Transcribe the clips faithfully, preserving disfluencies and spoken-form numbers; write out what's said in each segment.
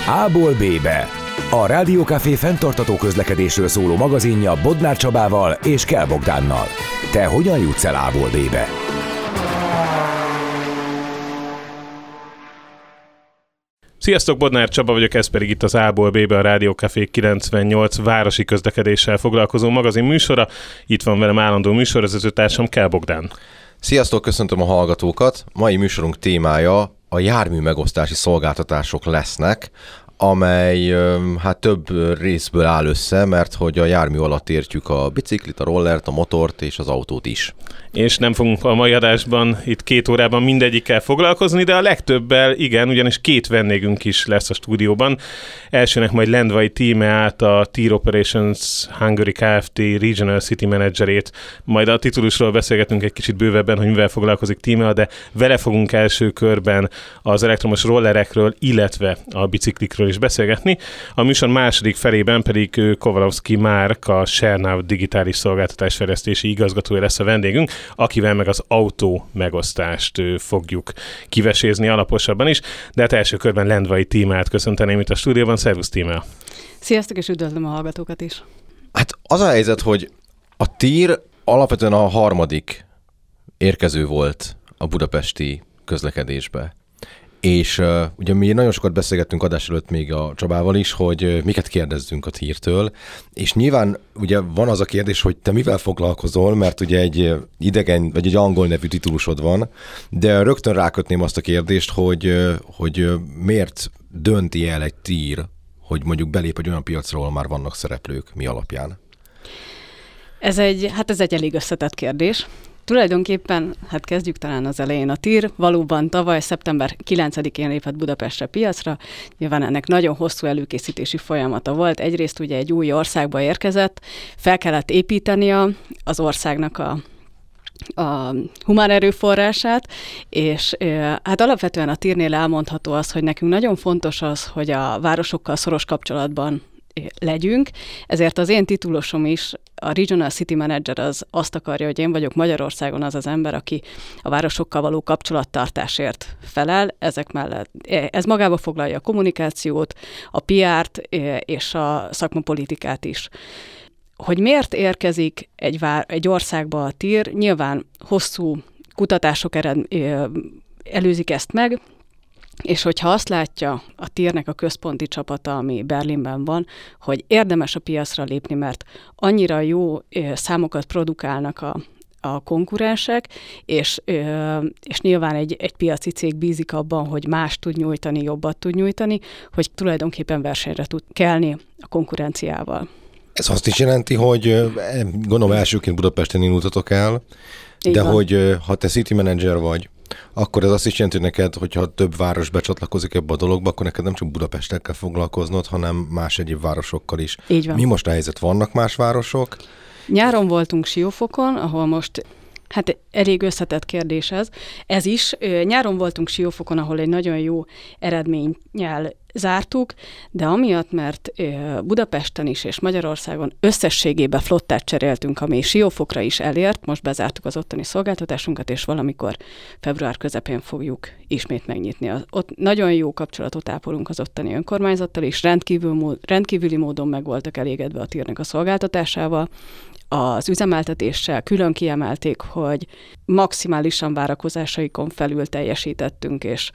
A-ból B-be. A Rádiókafé fenntartható közlekedésről szóló magazinja Bodnár Csabával és Kell Bogdánnal. Te hogyan jutsz el A-ból B-be? Sziasztok, Bodnár Csaba vagyok, ez pedig itt az A-ból B-be, a Rádiókafé kilencvennyolc városi közlekedéssel foglalkozó magazin műsora. Itt van velem állandó műsorvezetőtársam, Kell Bogdán. Sziasztok, köszöntöm a hallgatókat! Mai műsorunk témája a jármű megosztási szolgáltatások lesznek, amely hát több részből áll össze, mert hogy a jármű alatt értjük a biciklit, a rollert, a motort és az autót is. És nem fogunk a mai adásban itt két órában mindegyikkel foglalkozni, de a legtöbbel igen, ugyanis két vendégünk is lesz a stúdióban. Elsőnek majd Lendvai Tímeát, a Tir Operations Hungary Kft. Regional City Managerét. Majd a titulusról beszélgetünk egy kicsit bővebben, hogy mivel foglalkozik Tímea, de vele fogunk első körben az elektromos rollerekről, illetve a biciklikről is beszélgetni. A műsor második felében pedig Kovalowski Márk, a ShareNow digitális szolgáltatásfejlesztési igazgatója lesz a vendégünk, akivel meg az autó megosztást fogjuk kivesézni alaposabban is, de hát első körben Lendvai Tímeát köszönteném itt a stúdióban. Szervusz, Tímea! Sziasztok, és üdvözlöm a hallgatókat is! Hát az a helyzet, hogy a Tir alapvetően a harmadik érkező volt a budapesti közlekedésbe. És uh, ugye mi nagyon sokat beszélgettünk adás előtt még a Csabával is, hogy uh, miket kérdezzünk a Tirtől, és nyilván ugye van az a kérdés, hogy te mivel foglalkozol, mert ugye egy idegen, vagy egy angol nevű titulusod van, de rögtön rákötném azt a kérdést, hogy, uh, hogy uh, miért dönti el egy Tir, hogy mondjuk belép egy olyan piacról, ahol már vannak szereplők, mi alapján? Ez egy, hát ez egy elég összetett kérdés. Tulajdonképpen, hát kezdjük talán az elején. A Tir valóban tavaly szeptember kilencedikén lépett Budapestre piacra. Nyilván ennek nagyon hosszú előkészítési folyamata volt. Egyrészt ugye egy új országba érkezett, fel kellett építeni az országnak a a humán erőforrását, és hát alapvetően a Tirnél elmondható az, hogy nekünk nagyon fontos az, hogy a városokkal szoros kapcsolatban legyünk, ezért az én titulusom is, a Regional City Manager az azt akarja, hogy én vagyok Magyarországon az az ember, aki a városokkal való kapcsolattartásért felel, ezek mellett. Ez magába foglalja a kommunikációt, a pé er-t és a szakmapolitikát is. Hogy miért érkezik egy, vár, egy országba a Tir, nyilván hosszú kutatások ered, előzik ezt meg, és hogyha azt látja a Tirnek a központi csapata, ami Berlinben van, hogy érdemes a piacra lépni, mert annyira jó számokat produkálnak a, a konkurensek, és, és nyilván egy, egy piaci cég bízik abban, hogy más tud nyújtani, jobbat tud nyújtani, hogy tulajdonképpen versenyre tud kelni a konkurenciával. Ez azt is jelenti, hogy gondolom elsőként Budapesten indultatok el, Így de van. hogy ha te city manager vagy, akkor ez azt is jelenti neked, hogyha több város becsatlakozik ebbe a dologba, akkor neked nem csak Budapesttel kell foglalkoznod, hanem más egyéb városokkal is. Így van. Mi most a helyzet? Vannak más városok? Nyáron voltunk Siófokon, ahol most, hát elég összetett kérdés ez. Ez is. Nyáron voltunk Siófokon, ahol egy nagyon jó eredménnyel zártuk, de amiatt, mert Budapesten is és Magyarországon összességében flottát cseréltünk, ami Siófokra is elért, most bezártuk az ottani szolgáltatásunkat, és valamikor február közepén fogjuk ismét megnyitni. Ott nagyon jó kapcsolatot ápolunk az ottani önkormányzattal, és rendkívül, rendkívüli módon meg voltak elégedve a Tirnek a szolgáltatásával. Az üzemeltetéssel külön kiemelték, hogy maximálisan várakozásaikon felül teljesítettünk, és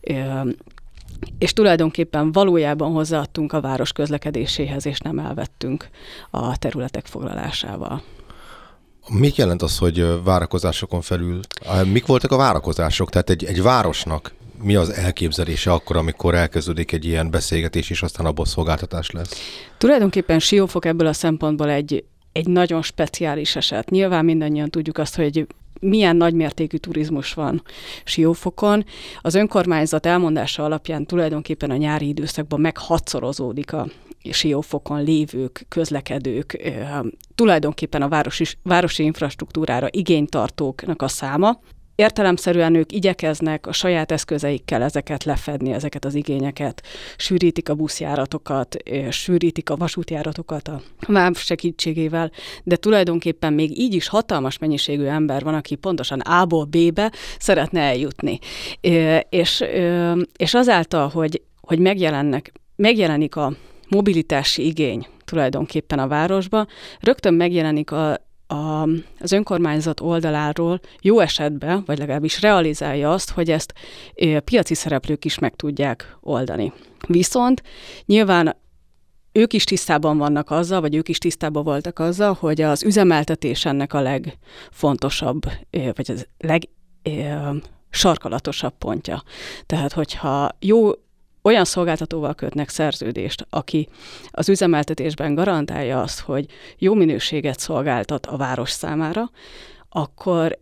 és tulajdonképpen valójában hozzáadtunk a város közlekedéséhez, és nem elvettünk a területek foglalásával. Mit jelent az, hogy várakozásokon felül? Mik voltak a várakozások? Tehát egy, egy városnak mi az elképzelése akkor, amikor elkezdődik egy ilyen beszélgetés, és aztán abból szolgáltatás lesz? Tulajdonképpen Siófok ebből a szempontból egy, egy nagyon speciális eset. Nyilván mindannyian tudjuk azt, hogy milyen nagymértékű turizmus van Siófokon. Az önkormányzat elmondása alapján tulajdonképpen a nyári időszakban meghatszorozódik a Siófokon lévők, közlekedők, tulajdonképpen a városi, városi infrastruktúrára igénytartóknak a száma. Értelemszerűen ők igyekeznek a saját eszközeikkel ezeket lefedni, ezeket az igényeket, sűrítik a buszjáratokat, sűrítik a vasútjáratokat a váv segítségével, de tulajdonképpen még így is hatalmas mennyiségű ember van, aki pontosan A-ból B-be szeretne eljutni. És, és azáltal, hogy, hogy megjelennek megjelenik a mobilitási igény tulajdonképpen a városba, rögtön megjelenik a, a, az önkormányzat oldaláról jó esetben, vagy legalábbis realizálja azt, hogy ezt e, piaci szereplők is meg tudják oldani. Viszont nyilván ők is tisztában vannak azzal, vagy ők is tisztában voltak azzal, hogy az üzemeltetés ennek a legfontosabb, vagy az legsarkalatosabb pontja. Tehát, hogyha jó, olyan szolgáltatóval kötnek szerződést, aki az üzemeltetésben garantálja azt, hogy jó minőséget szolgáltat a város számára, akkor...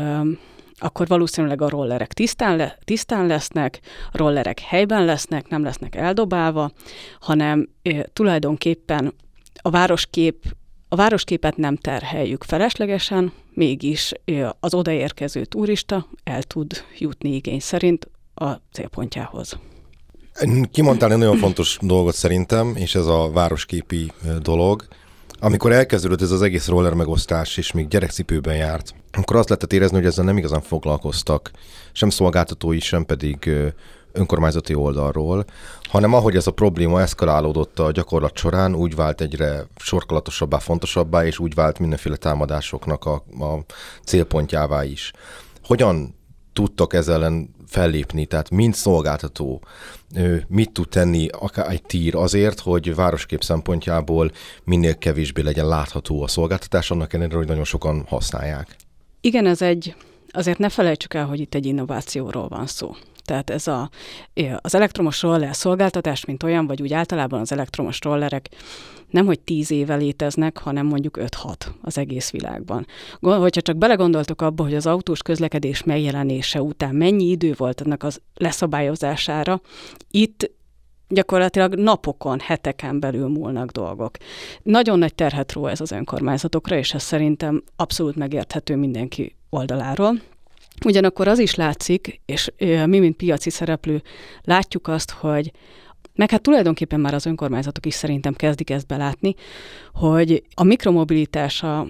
akkor valószínűleg a rollerek tisztán, le, tisztán lesznek, a rollerek helyben lesznek, nem lesznek eldobálva, hanem e, tulajdonképpen a városkép, a városképet nem terheljük feleslegesen, mégis e, az odaérkező turista el tud jutni igény szerint a célpontjához. Kimondtál egy nagyon fontos dolgot szerintem, és ez a városképi dolog. Amikor elkezdődött ez az egész roller megosztás, és még gyerekcipőben járt, akkor azt lehetett érezni, hogy ezzel nem igazán foglalkoztak, sem szolgáltatói, sem pedig önkormányzati oldalról, hanem ahogy ez a probléma eszkalálódott a gyakorlat során, úgy vált egyre sorkolatosabbá, fontosabbá, és úgy vált mindenféle támadásoknak a, a célpontjává is. Hogyan tudtak ezzel ellen fellépni, tehát mind szolgáltató, mit tud tenni akár egy tír azért, hogy városkép szempontjából minél kevésbé legyen látható a szolgáltatás, annak ellenére, hogy nagyon sokan használják. Igen, ez egy, azért ne felejtsük el, hogy itt egy innovációról van szó. Tehát ez a, az elektromos roller szolgáltatás, mint olyan, vagy úgy általában az elektromos rollerek nem, hogy tíz éve léteznek, hanem mondjuk öt-hat az egész világban. Hogyha csak belegondoltok abba, hogy az autós közlekedés megjelenése után mennyi idő volt ennek az leszabályozására, itt gyakorlatilag napokon, heteken belül múlnak dolgok. Nagyon nagy terhet ró ez az önkormányzatokra, és ez szerintem abszolút megérthető mindenki oldaláról. Ugyanakkor az is látszik, és mi, mint piaci szereplő, látjuk azt, hogy meg hát tulajdonképpen már az önkormányzatok is szerintem kezdik ezt belátni, hogy a mikromobilitás a,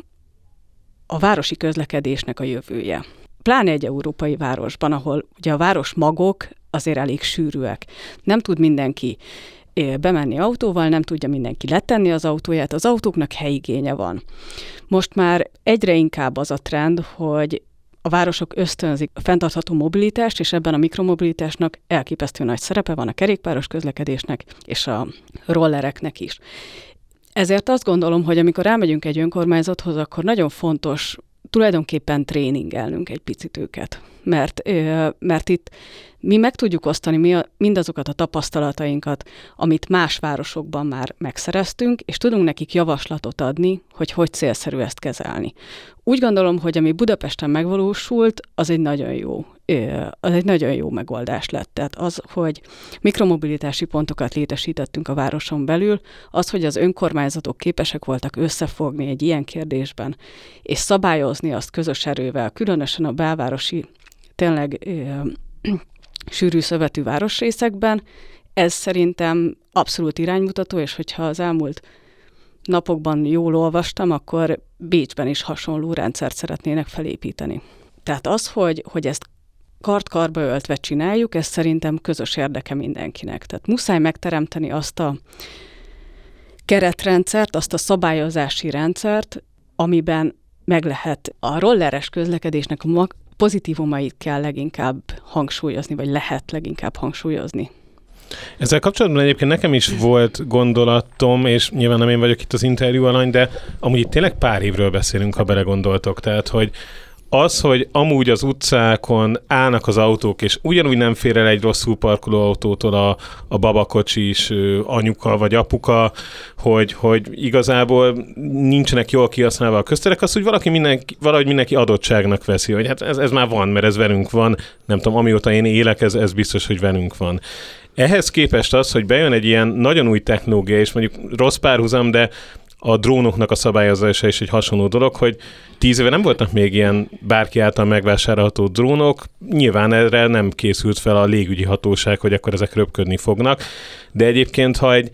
a városi közlekedésnek a jövője. Pláne egy európai városban, ahol ugye a városmagok azért elég sűrűek. Nem tud mindenki bemenni autóval, nem tudja mindenki letenni az autóját, az autóknak helyigénye van. Most már egyre inkább az a trend, hogy a városok ösztönzik a fenntartható mobilitást, és ebben a mikromobilitásnak elképesztő nagy szerepe van a kerékpáros közlekedésnek és a rollereknek is. Ezért azt gondolom, hogy amikor elmegyünk egy önkormányzathoz, akkor nagyon fontos tulajdonképpen tréningelnünk egy picit őket. Mert, mert itt mi meg tudjuk osztani mi a, mindazokat a tapasztalatainkat, amit más városokban már megszereztünk, és tudunk nekik javaslatot adni, hogy hogy célszerű ezt kezelni. Úgy gondolom, hogy ami Budapesten megvalósult, az egy nagyon jó, az egy nagyon jó megoldás lett. Tehát az, hogy mikromobilitási pontokat létesítettünk a városon belül, az, hogy az önkormányzatok képesek voltak összefogni egy ilyen kérdésben, és szabályozni azt közös erővel, különösen a belvárosi, tényleg ö, sűrű szövetű városrészekben, ez szerintem abszolút iránymutató, és hogyha az elmúlt napokban jól olvastam, akkor Bécsben is hasonló rendszert szeretnének felépíteni. Tehát az, hogy, hogy ezt kart-karba öltve csináljuk, ez szerintem közös érdeke mindenkinek. Tehát muszáj megteremteni azt a keretrendszert, azt a szabályozási rendszert, amiben meg lehet a rolleres közlekedésnek a mag- pozitívumait kell leginkább hangsúlyozni, vagy lehet leginkább hangsúlyozni. Ezzel kapcsolatban egyébként nekem is volt gondolatom, és nyilván nem én vagyok itt az interjú alany, de amúgy itt tényleg pár évről beszélünk, ha belegondoltok. Tehát, hogy az, hogy amúgy az utcákon állnak az autók, és ugyanúgy nem fér el egy rosszul parkoló autótól a, a babakocsis anyuka vagy apuka, hogy, hogy igazából nincsenek jól kihasználva a közterek, az, hogy valaki mindenki, valahogy mindenki adottságnak veszi, hogy hát ez, ez már van, mert ez velünk van, nem tudom, amióta én élek, ez, ez biztos, hogy velünk van. Ehhez képest az, hogy bejön egy ilyen nagyon új technológia, és mondjuk rossz párhuzam, de a drónoknak a szabályozása is egy hasonló dolog, hogy tíz éve nem voltak még ilyen bárki által megvásárolható drónok, nyilván erre nem készült fel a légügyi hatóság, hogy akkor ezek röpködni fognak, de egyébként, ha egy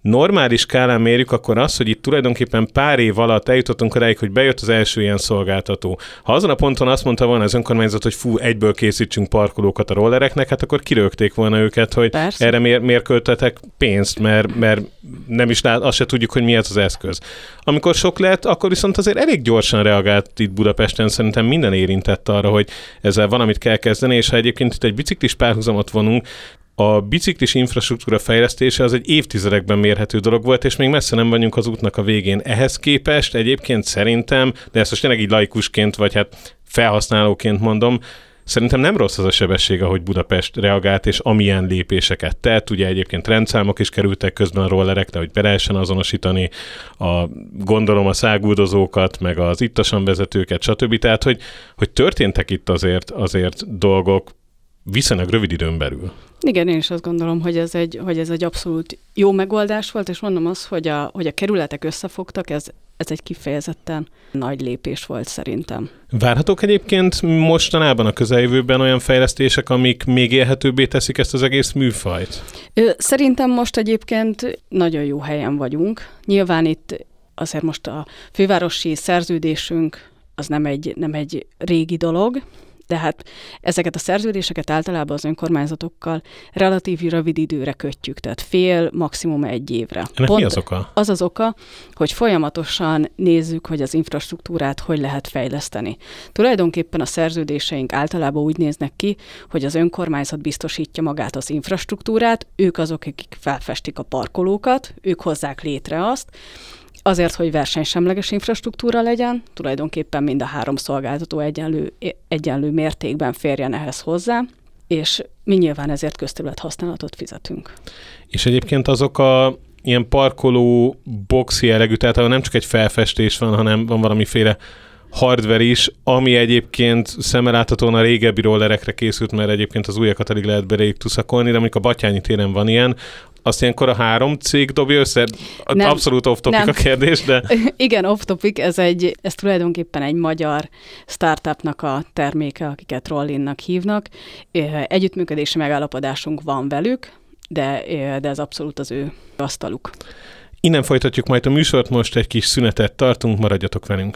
normális skálán mérjük, akkor az, hogy itt tulajdonképpen pár év alatt eljutottunk odáig, hogy bejött az első ilyen szolgáltató. Ha azon a ponton azt mondta volna az önkormányzat, hogy fú, egyből készítsünk parkolókat a rollereknek, hát akkor kirögték volna őket, hogy Persze. erre miért, miért költetek pénzt, mert, mert nem is lát, azt se tudjuk, hogy mi ez az eszköz. Amikor sok lett, akkor viszont azért elég gyorsan reagált itt Budapesten, szerintem minden érintett arra, hogy ezzel valamit kell kezdeni, és ha egyébként itt egy biciklis párhuzamot vonunk, a biciklis infrastruktúra fejlesztése az egy évtizedekben mérhető dolog volt, és még messze nem vagyunk az útnak a végén. Ehhez képest egyébként szerintem, de ezt most tényleg így laikusként, vagy hát felhasználóként mondom, szerintem nem rossz az a sebesség, ahogy Budapest reagált, és amilyen lépéseket tett. Ugye egyébként rendszámok is kerültek közben a rollerekre, hogy be lehessen azonosítani a, gondolom a száguldozókat, meg az ittasan vezetőket, stb. Tehát, hogy, hogy történtek itt azért, azért dolgok viszonylag rövid időn belül. Igen, én is azt gondolom, hogy ez egy, hogy ez egy abszolút jó megoldás volt, és mondom azt, hogy a, hogy a kerületek összefogtak, ez, ez egy kifejezetten nagy lépés volt szerintem. Várhatók egyébként mostanában a közeljövőben olyan fejlesztések, amik még élhetőbbé teszik ezt az egész műfajt? Szerintem most egyébként nagyon jó helyen vagyunk. Nyilván itt azért most a fővárosi szerződésünk az nem egy, nem egy régi dolog, de hát ezeket a szerződéseket általában az önkormányzatokkal relatív rövid időre kötjük, tehát fél, maximum egy évre. Ennek Pont mi az oka? Az az oka, hogy folyamatosan nézzük, hogy az infrastruktúrát hogy lehet fejleszteni. Tulajdonképpen a szerződéseink általában úgy néznek ki, hogy az önkormányzat biztosítja magát az infrastruktúrát, ők azok, akik felfestik a parkolókat, ők hozzák létre azt, azért, hogy versenysemleges infrastruktúra legyen, tulajdonképpen mind a három szolgáltató egyenlő, egyenlő mértékben férjen ehhez hozzá, és mi nyilván ezért közterület használatot fizetünk. És egyébként azok a ilyen parkoló box jellegű, tehát nem csak egy felfestés van, hanem van valamiféle hardware is, ami egyébként szemmel láthatóan a régebbi rollerekre készült, mert egyébként az újakat alig lehet beléjük tuszakolni, de amikor a Batthyány téren van ilyen, azt ilyenkor a három cég dobja össze? Nem, Abszolút off-topic nem. a kérdés, de... Igen, off-topic, ez, egy, ez tulajdonképpen egy magyar startupnak a terméke, akiket Rollinnak hívnak. Együttműködési megállapodásunk van velük, de, de ez abszolút az ő asztaluk. Innen folytatjuk majd a műsort, most egy kis szünetet tartunk, maradjatok velünk.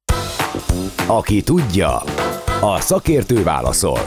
Aki tudja, a szakértő válaszol.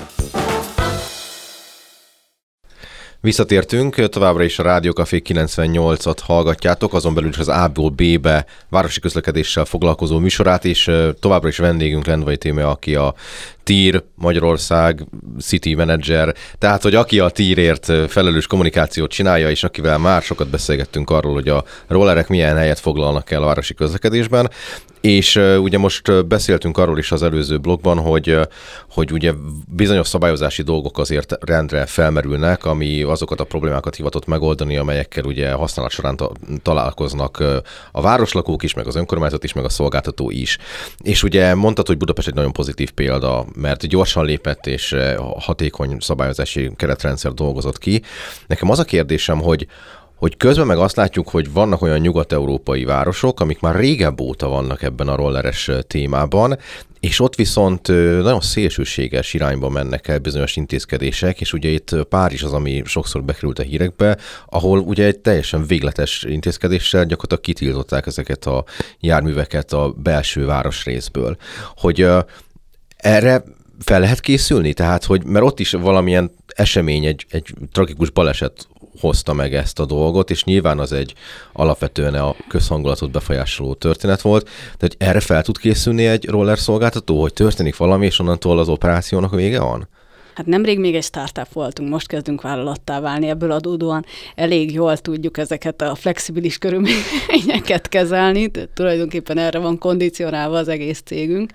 Visszatértünk, továbbra is a Rádió Café kilencvennyolcat hallgatjátok, azon belül is az A-ból B-be városi közlekedéssel foglalkozó műsorát, és továbbra is vendégünk Lendvai Tímea, aki a TIR Magyarország City Manager, tehát hogy aki a TIR-ért felelős kommunikációt csinálja, és akivel már sokat beszélgettünk arról, hogy a rollerek milyen helyet foglalnak el a városi közlekedésben, és uh, ugye most uh, beszéltünk arról is az előző blogban, hogy, uh, hogy ugye bizonyos szabályozási dolgok azért rendre felmerülnek, ami azokat a problémákat hivatott megoldani, amelyekkel ugye használat során ta- találkoznak uh, a városlakók is, meg az önkormányzat is, meg a szolgáltató is. És ugye mondtad, hogy Budapest egy nagyon pozitív példa, mert gyorsan lépett és uh, hatékony szabályozási keretrendszer dolgozott ki. Nekem az a kérdésem, hogy hogy közben meg azt látjuk, hogy vannak olyan nyugat-európai városok, amik már régebb óta vannak ebben a rolleres témában, és ott viszont nagyon szélsőséges irányba mennek el bizonyos intézkedések, és ugye itt Párizs az, ami sokszor bekerült a hírekbe, ahol ugye egy teljesen végletes intézkedéssel gyakorlatilag kitiltották ezeket a járműveket a belső városrészből. Hogy erre fel lehet készülni? Tehát, hogy mert ott is valamilyen esemény, egy, egy tragikus baleset hozta meg ezt a dolgot, és nyilván az egy alapvetően a közhangulatot befolyásoló történet volt, de hogy erre fel tud készülni egy roller szolgáltató, hogy történik valami, és onnantól az operációnak vége van? Hát nemrég még egy startup voltunk, most kezdünk vállalattá válni, ebből adódóan elég jól tudjuk ezeket a flexibilis körülményeket kezelni, tehát tulajdonképpen erre van kondicionálva az egész cégünk.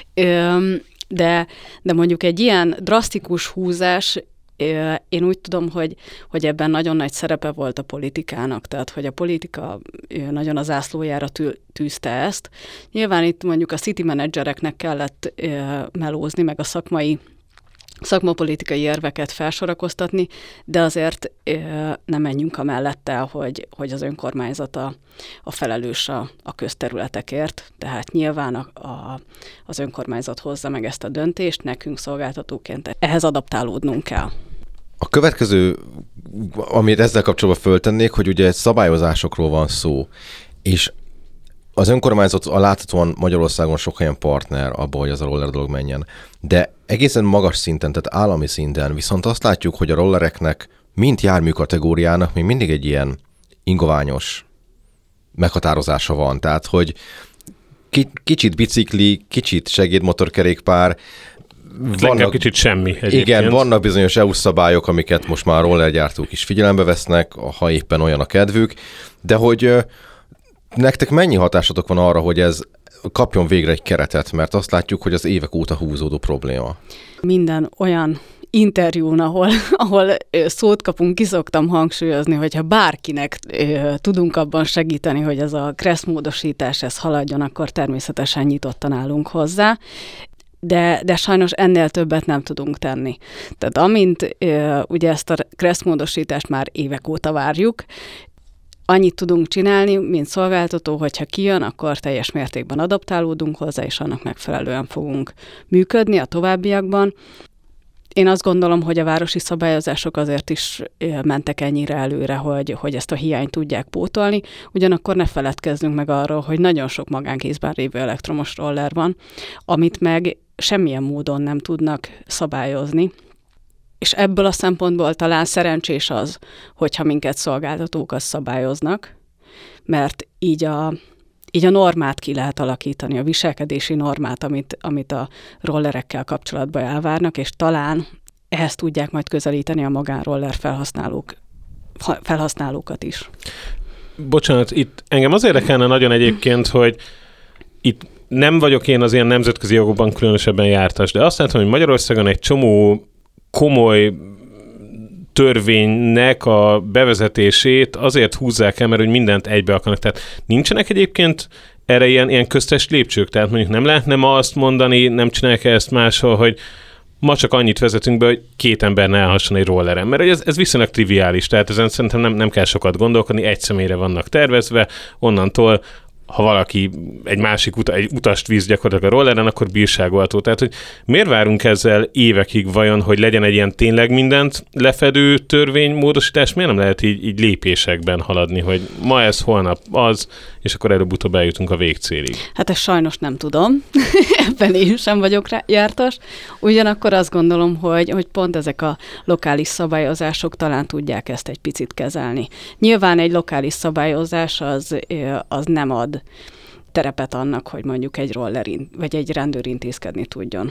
De, de mondjuk egy ilyen drasztikus húzás, én úgy tudom, hogy, hogy ebben nagyon nagy szerepe volt a politikának, tehát hogy a politika nagyon az zászlójára tűzte ezt. Nyilván itt mondjuk a city menedzsereknek kellett melózni, meg a szakmai szakmapolitikai érveket felsorakoztatni, de azért nem menjünk amellett el, hogy, hogy az önkormányzat a, a felelős a, a közterületekért, tehát nyilván a, a, az önkormányzat hozza meg ezt a döntést, nekünk szolgáltatóként ehhez adaptálódnunk kell. A következő, amit ezzel kapcsolatban föltennék, hogy ugye szabályozásokról van szó, és az önkormányzat láthatóan Magyarországon sok helyen partner abban, hogy az a roller dolog menjen. De egészen magas szinten, tehát állami szinten viszont azt látjuk, hogy a rollereknek mint jármű kategóriának még mindig egy ilyen ingoványos meghatározása van. Tehát, hogy kicsit bicikli, kicsit segédmotorkerékpár, vannak, kicsit semmi egyébként. Igen, vannak bizonyos é u szabályok, amiket most már a rollergyártók is figyelembe vesznek, ha éppen olyan a kedvük, de hogy nektek mennyi hatásatok van arra, hogy ez kapjon végre egy keretet, mert azt látjuk, hogy az évek óta húzódó probléma. Minden olyan interjún, ahol, ahol szót kapunk, ki szoktam hangsúlyozni, hogyha bárkinek ö, tudunk abban segíteni, hogy ez a kressz módosítás ez haladjon, akkor természetesen nyitottan állunk hozzá. De, de sajnos ennél többet nem tudunk tenni. Tehát amint ö, ugye ezt a kressz módosítást már évek óta várjuk, annyit tudunk csinálni, mint szolgáltató, hogyha kijön, akkor teljes mértékben adaptálódunk hozzá, és annak megfelelően fogunk működni a továbbiakban. Én azt gondolom, hogy a városi szabályozások azért is mentek ennyire előre, hogy, hogy ezt a hiányt tudják pótolni. Ugyanakkor ne feledkezzünk meg arról, hogy nagyon sok magánkézben lévő elektromos roller van, amit meg semmilyen módon nem tudnak szabályozni. És ebből a szempontból talán szerencsés az, hogyha minket szolgáltatókat szabályoznak, mert így a, így a normát ki lehet alakítani, a viselkedési normát, amit, amit a rollerekkel kapcsolatban elvárnak, és talán ehhez tudják majd közelíteni a magánroller felhasználók, felhasználókat is. Bocsánat, itt engem az érdekelne nagyon egyébként, hogy itt nem vagyok én az ilyen nemzetközi jogokban különösebben jártas, de azt látom, hogy Magyarországon egy csomó komoly törvénynek a bevezetését azért húzzák el, mert hogy mindent egybe akarnak. Tehát nincsenek egyébként erre ilyen, ilyen köztes lépcsők? Tehát mondjuk nem lehetne ma azt mondani, nem csinálják ezt máshol, hogy ma csak annyit vezetünk be, hogy két ember ne állhasson egy rolleren. Mert ez, ez viszonylag triviális, tehát ezen szerintem nem, nem kell sokat gondolkodni, egy személyre vannak tervezve, onnantól ha valaki egy másik uta, egy utast víz gyakorlatilag a rolleren, akkor bírságolható. Tehát, hogy miért várunk ezzel évekig vajon, hogy legyen egy ilyen tényleg mindent lefedő törvénymódosítás? Miért nem lehet így, így lépésekben haladni, hogy ma ez, holnap az, és akkor előbb-utóbb eljutunk a végcélig? Hát ezt sajnos nem tudom. Ebben én sem vagyok rá jártas. Ugyanakkor azt gondolom, hogy, hogy pont ezek a lokális szabályozások talán tudják ezt egy picit kezelni. Nyilván egy lokális szabályozás az, az nem ad terepet annak, hogy mondjuk egy roller vagy egy rendőr intézkedni tudjon.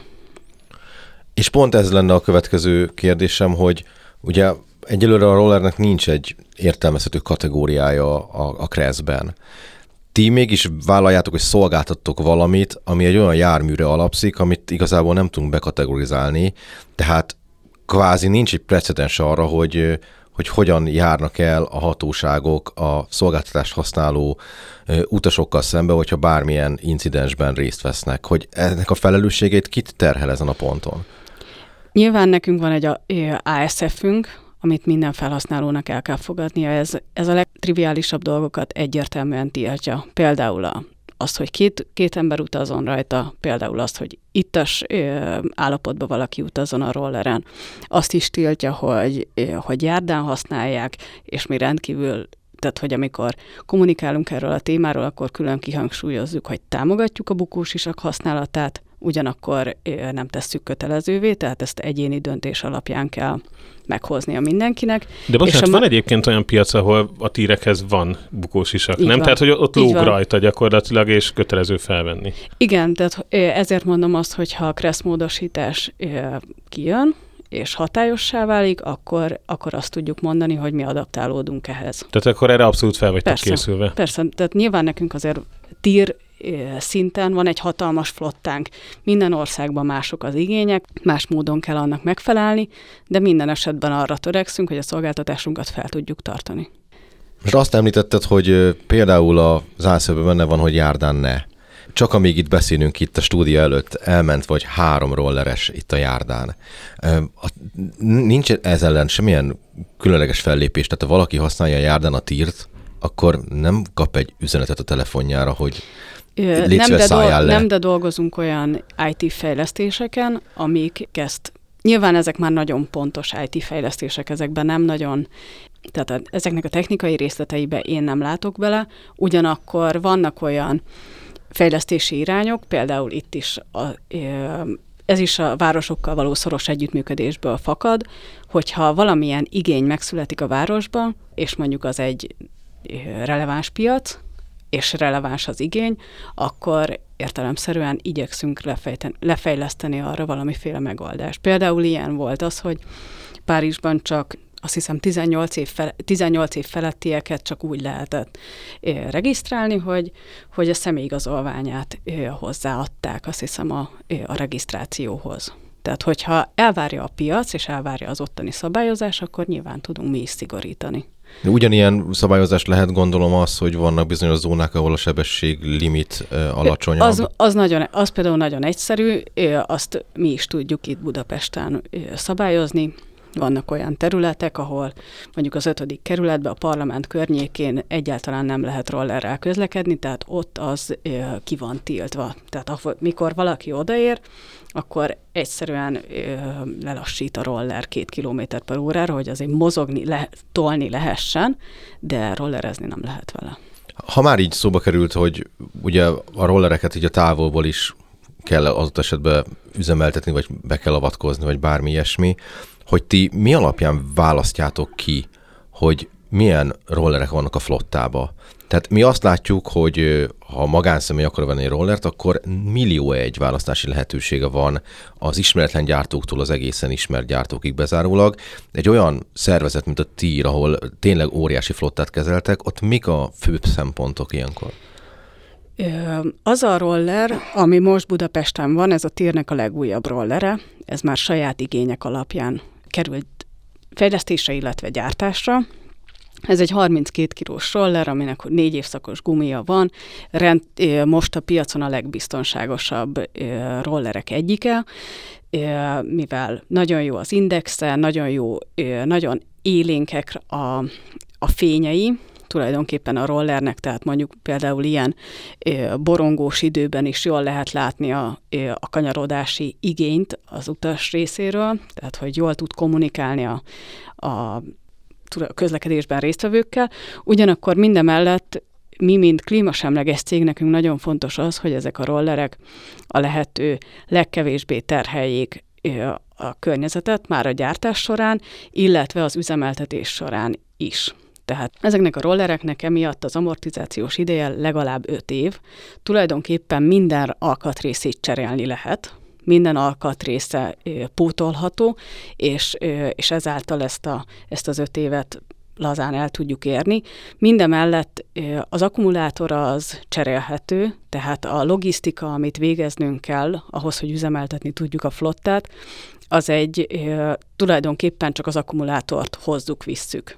És pont ez lenne a következő kérdésem, hogy ugye egyelőre a rollernek nincs egy értelmezhető kategóriája a, a kreszben. Ti mégis vállaljátok, hogy szolgáltattok valamit, ami egy olyan járműre alapszik, amit igazából nem tudunk bekategorizálni, tehát kvázi nincs egy precedens arra, hogy hogy hogyan járnak el a hatóságok a szolgáltatást használó utasokkal szemben, hogyha bármilyen incidensben részt vesznek. Hogy ennek a felelősségét kit terhel ezen a ponton? Nyilván nekünk van egy á es ef-ünk, amit minden felhasználónak el kell fogadnia. Ez, ez a legtriviálisabb dolgokat egyértelműen tiltja. Például a azt, hogy két, két ember utazon rajta, például azt, hogy ittas ö, állapotban valaki utazon a rolleren. Azt is tiltja, hogy, ö, hogy járdán használják, és mi rendkívül, tehát hogy amikor kommunikálunk erről a témáról, akkor külön kihangsúlyozzuk, hogy támogatjuk a bukósisak használatát, ugyanakkor ö, nem tesszük kötelezővé, tehát ezt egyéni döntés alapján kell meghoznia mindenkinek. De bocsánat, a... van egyébként olyan piac, ahol a tírekhez van bukósisak, nem? Van. Tehát, hogy ott Így lóg van. rajta gyakorlatilag, és kötelező felvenni. Igen, tehát ezért mondom azt, hogy ha a kressz módosítás kijön, és hatályossá válik, akkor, akkor azt tudjuk mondani, hogy mi adaptálódunk ehhez. Tehát akkor erre abszolút fel vagytok Persze, készülve. Persze, tehát nyilván nekünk azért tír szinten van egy hatalmas flottánk. Minden országban mások az igények, más módon kell annak megfelelni, de minden esetben arra törekszünk, hogy a szolgáltatásunkat fel tudjuk tartani. Most azt említetted, hogy például a zászlóban benne van, hogy járdán ne. Csak amíg itt beszélünk itt a stúdió előtt, elment vagy három rolleres itt a járdán. Nincs ez ellen semmilyen különleges fellépés, tehát ha valaki használja a járdán a tírt, akkor nem kap egy üzenetet a telefonjára, hogy légy nem, de szálljál do- le. nem, de dolgozunk olyan í té fejlesztéseken, amik ezt Nyilván ezek már nagyon pontos í té fejlesztések, ezekben nem nagyon, tehát a, ezeknek a technikai részleteibe én nem látok bele, ugyanakkor vannak olyan fejlesztési irányok, például itt is a, ez is a városokkal való szoros együttműködésből fakad, hogyha valamilyen igény megszületik a városban, és mondjuk az egy releváns piac, és releváns az igény, akkor értelemszerűen igyekszünk lefejleszteni arra valamiféle megoldást. Például ilyen volt az, hogy Párizsban csak azt hiszem tizennyolc év, fel, tizennyolc év felettieket csak úgy lehetett regisztrálni, hogy, hogy a személyigazolványát hozzáadták, azt hiszem, a, a regisztrációhoz. Tehát, hogyha elvárja a piac, és elvárja az ottani szabályozás, akkor nyilván tudunk mi is szigorítani. De ugyanilyen szabályozás lehet, gondolom, az, hogy vannak bizonyos zónák, ahol a sebesség limit alacsonyabb. Az, az, nagyon, az például nagyon egyszerű, azt mi is tudjuk itt Budapesten szabályozni. Vannak olyan területek, ahol mondjuk az ötödik kerületben, a parlament környékén egyáltalán nem lehet rollerrel közlekedni, tehát ott az ki van tiltva. Tehát ahol, mikor valaki odaér, akkor egyszerűen ö, lelassít a roller két kilométer per órára, hogy azért mozogni, le, tolni lehessen, de rollerezni nem lehet vele. Ha már így szóba került, hogy ugye a rollereket így a távolból is kell adott esetben üzemeltetni, vagy be kell avatkozni, vagy bármi ilyesmi, hogy ti mi alapján választjátok ki, hogy milyen rollerek vannak a flottába? Tehát mi azt látjuk, hogy ha a magánszemély akar venni rollert, akkor millió egy választási lehetősége van az ismeretlen gyártóktól az egészen ismert gyártókig bezárólag. Egy olyan szervezet, mint a TIR, ahol tényleg óriási flottát kezeltek, ott mik a főbb szempontok ilyenkor? Az a roller, ami most Budapesten van, ez a TIR-nek a legújabb rollere, ez már saját igények alapján került fejlesztésre, illetve gyártásra. Ez egy harminckét kilós roller, aminek négy évszakos gumia van. Rend, most a piacon a legbiztonságosabb rollerek egyike, mivel nagyon jó az indexe, nagyon jó, nagyon élénkek a, a fényei, tulajdonképpen a rollernek, tehát mondjuk például ilyen borongós időben is jól lehet látni a, a kanyarodási igényt az utas részéről, tehát hogy jól tud kommunikálni a, a közlekedésben résztvevőkkel. Ugyanakkor mindemellett mi, mint klímasemleges cég, nekünk nagyon fontos az, hogy ezek a rollerek a lehető legkevésbé terheljék a környezetet már a gyártás során, illetve az üzemeltetés során is. Tehát ezeknek a rollereknek emiatt az amortizációs ideje legalább öt év. Tulajdonképpen minden alkatrészét cserélni lehet, minden alkatrésze pótolható, és, és ezáltal ezt, a, ezt az öt évet lazán el tudjuk érni. Mindemellett az akkumulátor az cserélhető, tehát a logisztika, amit végeznünk kell ahhoz, hogy üzemeltetni tudjuk a flottát, az egy tulajdonképpen csak az akkumulátort hozzuk, visszük.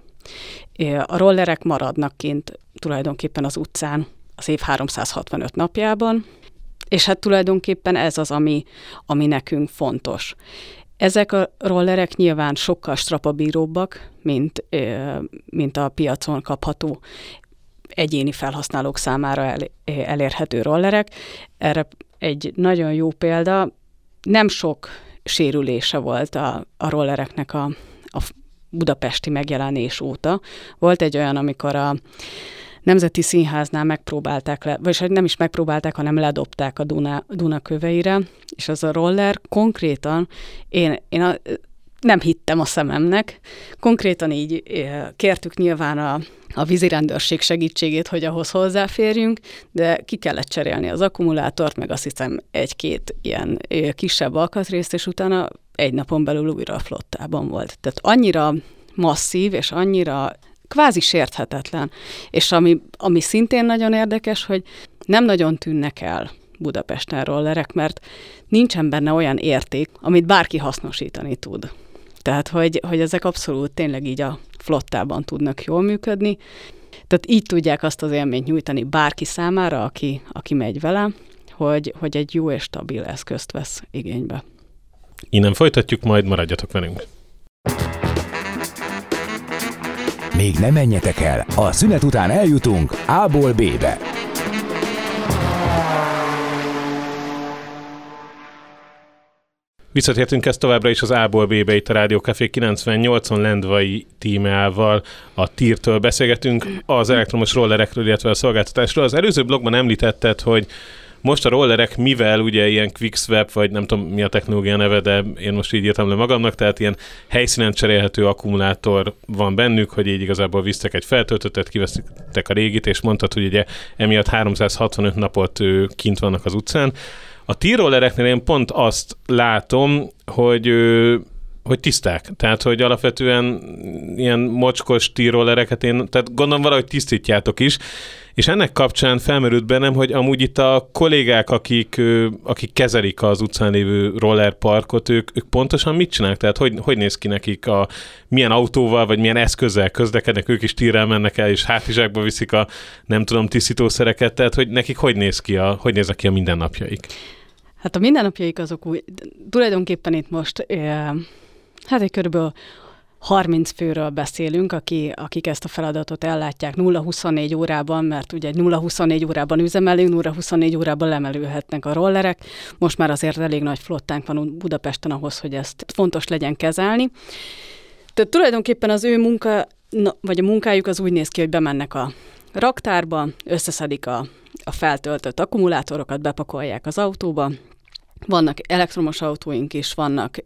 A rollerek maradnak kint tulajdonképpen az utcán az év háromszázhatvanöt napjában, és hát tulajdonképpen ez az, ami, ami nekünk fontos. Ezek a rollerek nyilván sokkal strapabíróbbak, mint, mint a piacon kapható egyéni felhasználók számára el, elérhető rollerek. Erre egy nagyon jó példa, nem sok sérülése volt a, a rollereknek a, a budapesti megjelenés óta. Volt egy olyan, amikor a Nemzeti Színháznál megpróbálták le, vagyis nem is megpróbálták, hanem ledobták a Duna, Duna köveire, és az a roller konkrétan, én, én a, nem hittem a szememnek, konkrétan így kértük nyilván a, a vízirendőrség segítségét, hogy ahhoz hozzáférjünk, de ki kellett cserélni az akkumulátort, meg azt hiszem egy-két ilyen kisebb alkatrészt, és utána egy napon belül újra a flottában volt. Tehát annyira masszív, és annyira kvázi sérthetetlen. És ami, ami szintén nagyon érdekes, hogy nem nagyon tűnnek el Budapesten rollerek, mert nincsen benne olyan érték, amit bárki hasznosítani tud. Tehát, hogy, hogy ezek abszolút tényleg így a flottában tudnak jól működni. Tehát így tudják azt az élményt nyújtani bárki számára, aki, aki megy vele, hogy, hogy egy jó és stabil eszközt vesz igénybe. Innen folytatjuk, majd maradjatok velünk. Még ne menjetek el, a szünet után eljutunk A-ból B-be. Visszatértünk ezt továbbra is az A-ból B-be itt a Rádió Café kilencvennyolcon Lendvai tímeával a tírtől beszélgetünk az elektromos rollerekről, illetve a szolgáltatásról. Az előző blogban említetted, hogy most a rollerek, mivel ugye ilyen quick-swap, vagy nem tudom mi a technológia neve, de én most így írtam le magamnak, tehát ilyen helyszínen cserélhető akkumulátor van bennük, hogy így igazából visztek egy feltöltöttet, kivesztek a régit, és mondtad, hogy ugye emiatt háromszázhatvanöt napot kint vannak az utcán. A tír-rollereknél én pont azt látom, hogy, hogy tiszták. Tehát, hogy alapvetően ilyen mocskos tír-rollereket én, tehát gondolom valahogy tisztítjátok is, és ennek kapcsán felmerült bennem, hogy amúgy itt a kollégák, akik, akik kezelik az utcán lévő rollerparkot, ők, ők pontosan mit csinálnak? Tehát hogy, hogy néz ki nekik, a, milyen autóval, vagy milyen eszközzel közlekednek, ők is tírrel mennek el, és hátizsákba viszik a, nem tudom, tisztítószereket, tehát hogy nekik hogy néz ki a, hogy néznek ki a mindennapjaik? Hát a mindennapjaik azok úgy, tulajdonképpen itt most, hát egy körülbelül harminc főről beszélünk, aki, akik ezt a feladatot ellátják nulla huszonnégy órában, mert ugye nulla huszonnégy órában üzemelünk, nulla huszonnégy órában lemelülhetnek a rollerek. Most már azért elég nagy flottánk van Budapesten ahhoz, hogy ezt fontos legyen kezelni. Tehát tulajdonképpen az ő munka, vagy a munkájuk az úgy néz ki, hogy bemennek a raktárba, összeszedik a, a feltöltött akkumulátorokat, bepakolják az autóba. Vannak elektromos autóink is, vannak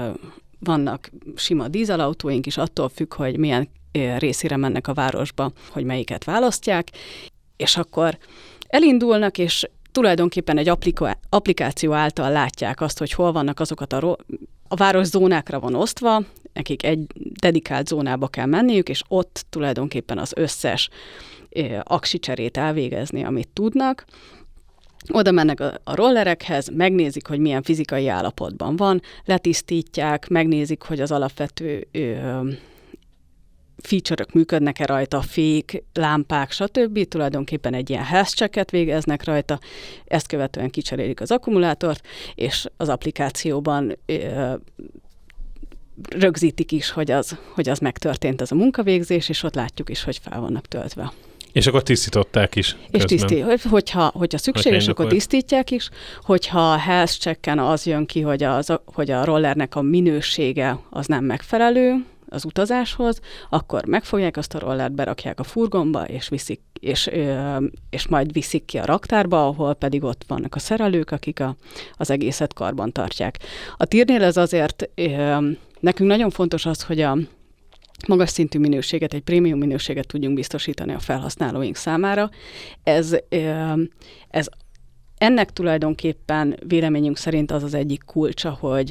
Vannak sima dízelautóink is, attól függ, hogy milyen részére mennek a városba, hogy melyiket választják, és akkor elindulnak, és tulajdonképpen egy applika- applikáció által látják azt, hogy hol vannak azokat a, ro- a város zónákra van osztva, nekik egy dedikált zónába kell menniük, és ott tulajdonképpen az összes aksicserét elvégezni, amit tudnak. Oda mennek a rollerekhez, megnézik, hogy milyen fizikai állapotban van, letisztítják, megnézik, hogy az alapvető ö, feature-ök működnek-e rajta, fék, lámpák, stb. Tulajdonképpen egy ilyen health checket végeznek rajta, ezt követően kicserélik az akkumulátort, és az applikációban ö, rögzítik is, hogy az, hogy az megtörtént ez a munkavégzés, és ott látjuk is, hogy fel vannak töltve. És akkor tisztították is És tiszti, hogyha, hogyha szükséges, hogyha akkor tisztítják is. Hogyha a health checken az jön ki, hogy, az, hogy a rollernek a minősége az nem megfelelő az utazáshoz, akkor megfogják azt a rollert, berakják a furgonba, és, viszik, és, és majd viszik ki a raktárba, ahol pedig ott vannak a szerelők, akik a, az egészet karban tartják. A tírnél ez azért nekünk nagyon fontos az, hogy a magas szintű minőséget, egy prémium minőséget tudjunk biztosítani a felhasználóink számára. Ez, ez ennek tulajdonképpen véleményünk szerint az az egyik kulcsa, hogy,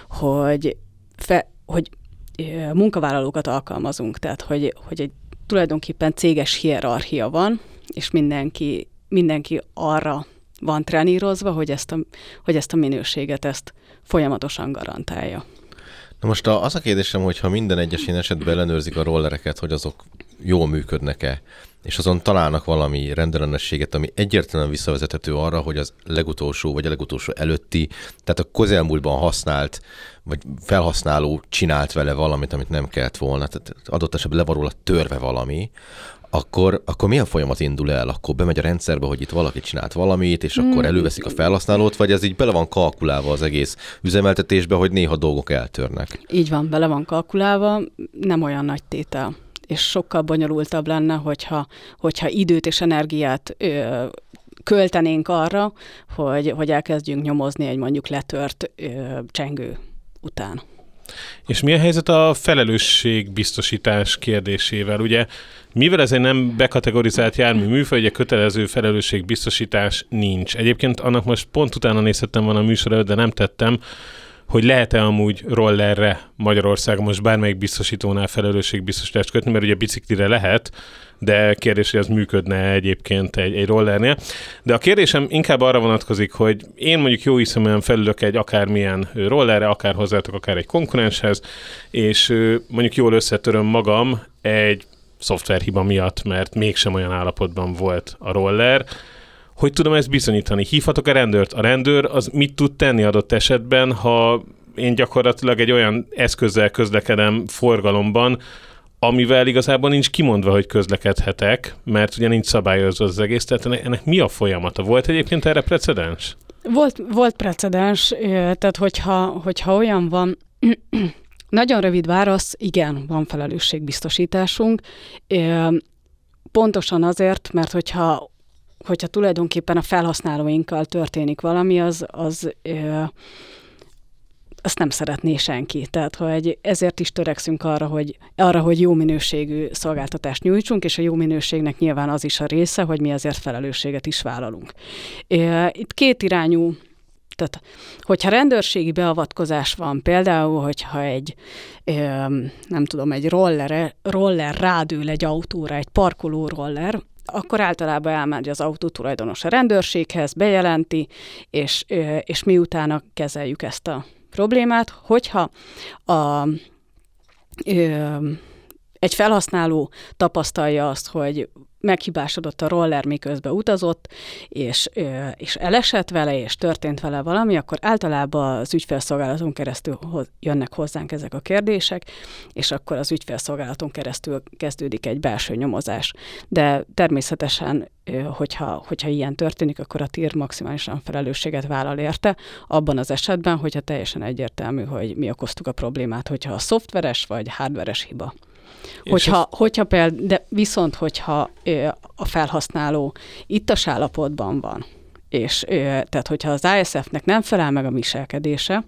hogy, fe, hogy munkavállalókat alkalmazunk, tehát hogy, hogy egy tulajdonképpen céges hierarchia van, és mindenki, mindenki arra van trenírozva, hogy ezt, a, hogy ezt a minőséget ezt folyamatosan garantálja. Na most az a kérdésem, hogy ha minden egyes ilyen esetben ellenőrzik a rollereket, hogy azok jól működnek-e, és azon találnak valami rendellenességet, ami egyértelműen visszavezethető arra, hogy az legutolsó, vagy a legutolsó előtti, tehát a közelmúltban használt, vagy felhasználó csinált vele valamit, amit nem kellett volna, tehát adott esetben le van róla törve valami, akkor, akkor milyen folyamat indul el? Akkor bemegy a rendszerbe, hogy itt valaki csinált valamit, és akkor előveszik a felhasználót, vagy ez így bele van kalkulálva az egész üzemeltetésbe, hogy néha dolgok eltörnek? Így van, bele van kalkulálva, nem olyan nagy tétel. És sokkal bonyolultabb lenne, hogyha, hogyha időt és energiát ö, költenénk arra, hogy, hogy elkezdjünk nyomozni egy mondjuk letört ö, csengő után. És mi a helyzet a felelősségbiztosítás kérdésével? Ugye, mivel ez egy nem bekategorizált jármű műfaj, ugye kötelező felelősségbiztosítás nincs. Egyébként annak most pont utána nézhettem volna a műsor előtt, de nem tettem, hogy lehet-e amúgy rollerre Magyarországon most bármelyik biztosítónál felelősségbiztosítást kötni, mert ugye biciklire lehet, de kérdés, hogy az működne egyébként egy, egy rollernél. De a kérdésem inkább arra vonatkozik, hogy én mondjuk jó hiszeműen felülök egy akármilyen rollerre, akár hozzátok, akár egy konkurenshez, és mondjuk jól összetöröm magam egy szoftverhiba miatt, mert mégsem olyan állapotban volt a roller. Hogy tudom ezt bizonyítani? Hívhatok a rendőrt? A rendőr az mit tud tenni adott esetben, ha én gyakorlatilag egy olyan eszközzel közlekedem forgalomban, amivel igazából nincs kimondva, hogy közlekedhetek, mert ugye nincs szabályozva az egész, tehát ennek mi a folyamata? Volt egyébként erre precedens? Volt, volt precedens, tehát hogyha, hogyha olyan van, nagyon rövid válasz, igen, van felelősségbiztosításunk, pontosan azért, mert hogyha, hogyha tulajdonképpen a felhasználóinkkal történik valami, az, az azt nem szeretné senki. Tehát, hogy ezért is törekszünk arra, hogy, arra, hogy jó minőségű szolgáltatást nyújtsunk, és a jó minőségnek nyilván az is a része, hogy mi azért felelősséget is vállalunk. Itt két irányú, tehát hogyha rendőrségi beavatkozás van, például, hogyha egy, nem tudom, egy roller, roller rádől egy autóra, egy parkoló roller, akkor általában elmegy az autó tulajdonos a rendőrséghez, bejelenti, és, és miutána kezeljük ezt a problémát, hogyha a, ö, egy felhasználó tapasztalja azt, hogy meghibásodott a roller, miközben utazott, és, ö, és elesett vele, és történt vele valami, akkor általában az ügyfélszolgálaton keresztül hoz, jönnek hozzánk ezek a kérdések, és akkor az ügyfélszolgálaton keresztül kezdődik egy belső nyomozás. De természetesen, ö, hogyha, hogyha ilyen történik, akkor a tír maximálisan felelősséget vállal érte, abban az esetben, hogyha teljesen egyértelmű, hogy mi okoztuk a problémát, hogyha a szoftveres vagy hardveres hiba. Hogyha, hogyha például, de viszont, hogyha a felhasználó ittas állapotban van, és tehát, hogyha az I S F-nek nem felel meg a viselkedése,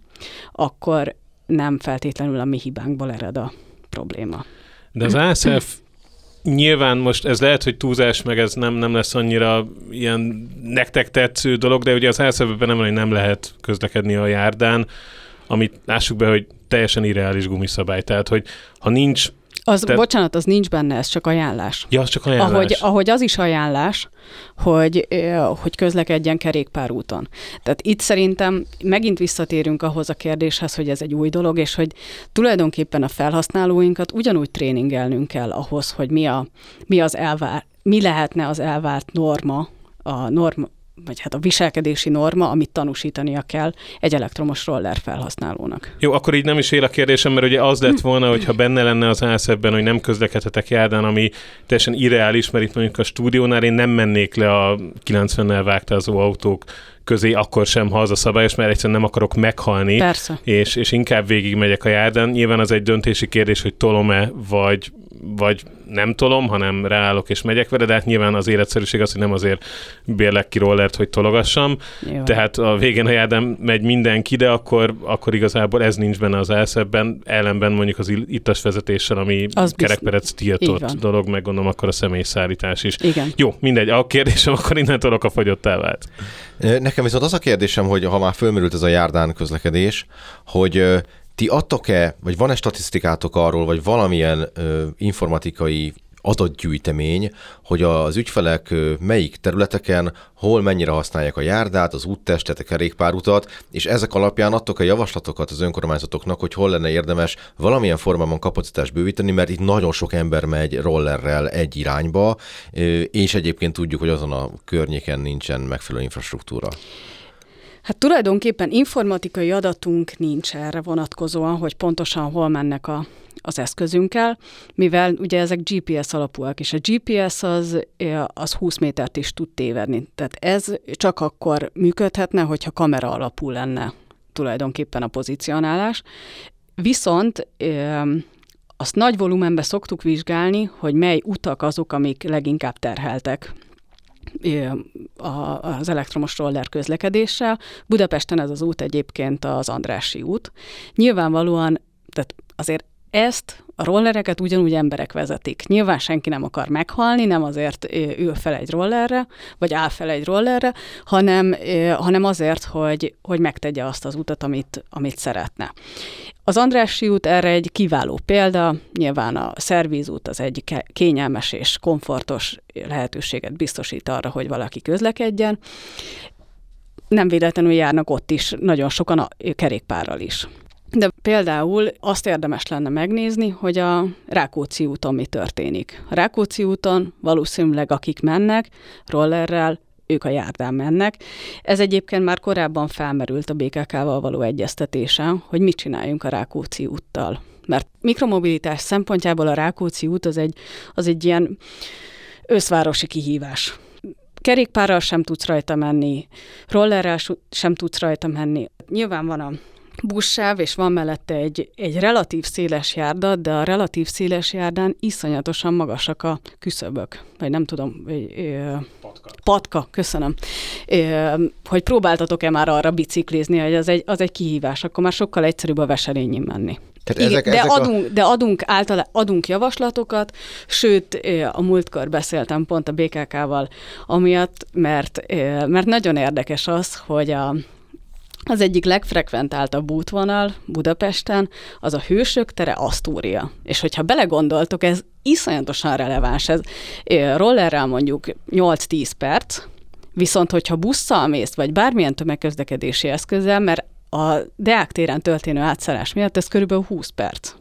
akkor nem feltétlenül a mi hibánkból ered a probléma. De az I S F nyilván most ez lehet, hogy túlzás, meg ez nem, nem lesz annyira ilyen nektek tetsző dolog, de ugye az I S F-ben nem, hogy nem lehet közlekedni a járdán, amit lássuk be, hogy teljesen irreális gumiszabály. Tehát, hogy ha nincs Az, Te... Bocsánat, az nincs benne, ez csak ajánlás. Ja, az csak ajánlás. Ahogy, ahogy az is ajánlás, hogy, hogy közlekedjen kerékpárúton. Tehát itt szerintem megint visszatérünk ahhoz a kérdéshez, hogy ez egy új dolog, és hogy tulajdonképpen a felhasználóinkat ugyanúgy tréningelnünk kell ahhoz, hogy mi, a, mi, az elvár, mi lehetne az elvárt norma, a norma, vagy hát a viselkedési norma, amit tanúsítania kell egy elektromos roller felhasználónak. Jó, akkor így nem is él a kérdésem, mert ugye az lett volna, hogyha benne lenne az I S F-ben, hogy nem közlekedhetek járdán, ami teljesen irreális, mert itt mondjuk a stúdiónál én nem mennék le a kilencvennel vágtázó autók közé, akkor sem, ha az a szabályos, mert egyszerűen nem akarok meghalni, Persze. És, és inkább végigmegyek a járdán. Nyilván az egy döntési kérdés, hogy tolom-e, vagy, vagy nem tolom, hanem ráállok és megyek vele, de hát nyilván az életszerűség az, hogy nem azért bérlek ki rollert, hogy tologassam. Nyilván. Tehát a végén a járdán megy mindenki, de akkor, akkor igazából ez nincs benne az I S F-ben, ellenben mondjuk az ittas vezetéssel, ami kerekperec tiltott dolog, meg gondolom akkor a személyszállítás is. Igen. Jó, mindegy, a kérdésem akkor innentől a fogyottá vált. Nekem viszont az a kérdésem, hogy ha már fölmerült ez a járdán közlekedés, hogy ti adtok-e, vagy van-e statisztikátok arról, vagy valamilyen ö, informatikai adatgyűjtemény, hogy az ügyfelek melyik területeken, hol mennyire használják a járdát, az úttestet, a kerékpárutat, és ezek alapján adtok-e javaslatokat az önkormányzatoknak, hogy hol lenne érdemes valamilyen formában kapacitást bővíteni, mert itt nagyon sok ember megy rollerrel egy irányba, és egyébként tudjuk, hogy azon a környéken nincsen megfelelő infrastruktúra. Hát tulajdonképpen informatikai adatunk nincs erre vonatkozóan, hogy pontosan hol mennek a, az eszközünkkel, mivel ugye ezek G P S alapúak, és a G P S az, az húsz métert is tud tévedni. Tehát ez csak akkor működhetne, hogyha kamera alapú lenne tulajdonképpen a pozícionálás. Viszont azt nagy volumenben szoktuk vizsgálni, hogy mely utak azok, amik leginkább terheltek az elektromos roller közlekedéssel. Budapesten ez az út egyébként az Andrássy út. Nyilvánvalóan, tehát azért ezt, a rollereket ugyanúgy emberek vezetik. Nyilván senki nem akar meghalni, nem azért ül fel egy rollerre, vagy áll fel egy rollerre, hanem, hanem azért, hogy, hogy megtegye azt az utat, amit, amit szeretne. Az Andrássy út erre egy kiváló példa, nyilván a szervízút az egy kényelmes és komfortos lehetőséget biztosít arra, hogy valaki közlekedjen. Nem véletlenül járnak ott is nagyon sokan a kerékpárral is. De például azt érdemes lenne megnézni, hogy a Rákóczi úton mi történik. A Rákóczi úton valószínűleg akik mennek rollerrel, ők a járdán mennek. Ez egyébként már korábban felmerült a bé ká ká-val való egyeztetésen, hogy mit csináljunk a Rákóczi úttal. Mert mikromobilitás szempontjából a Rákóczi út az egy, az egy ilyen összvárosi kihívás. kerékpárral sem tudsz rajta menni, rollerrel sem tudsz rajta menni. Nyilván van a buszsáv, és van mellette egy, egy relatív széles járda, de a relatív széles járdán iszonyatosan magasak a küszöbök. Vagy nem tudom, ö, patka. patka, köszönöm. Ö, hogy próbáltatok-e már arra biciklizni, hogy az egy, az egy kihívás, akkor már sokkal egyszerűbb a veselényin menni. Igen, ezek, de, ezek adunk, a... de adunk általában adunk javaslatokat, sőt, a múltkor beszéltem pont a bé ká ká-val amiatt, mert, mert nagyon érdekes az, hogy a Az egyik legfrekventáltabb útvonal Budapesten az a Hősök tere, Asztúria. És hogyha belegondoltok, ez iszonyatosan releváns. Ez rollerrel mondjuk nyolc-tíz perc, viszont hogyha busszal mész, vagy bármilyen tömegközlekedési eszközzel, mert a Deák téren történő átszállás miatt ez körülbelül húsz perc.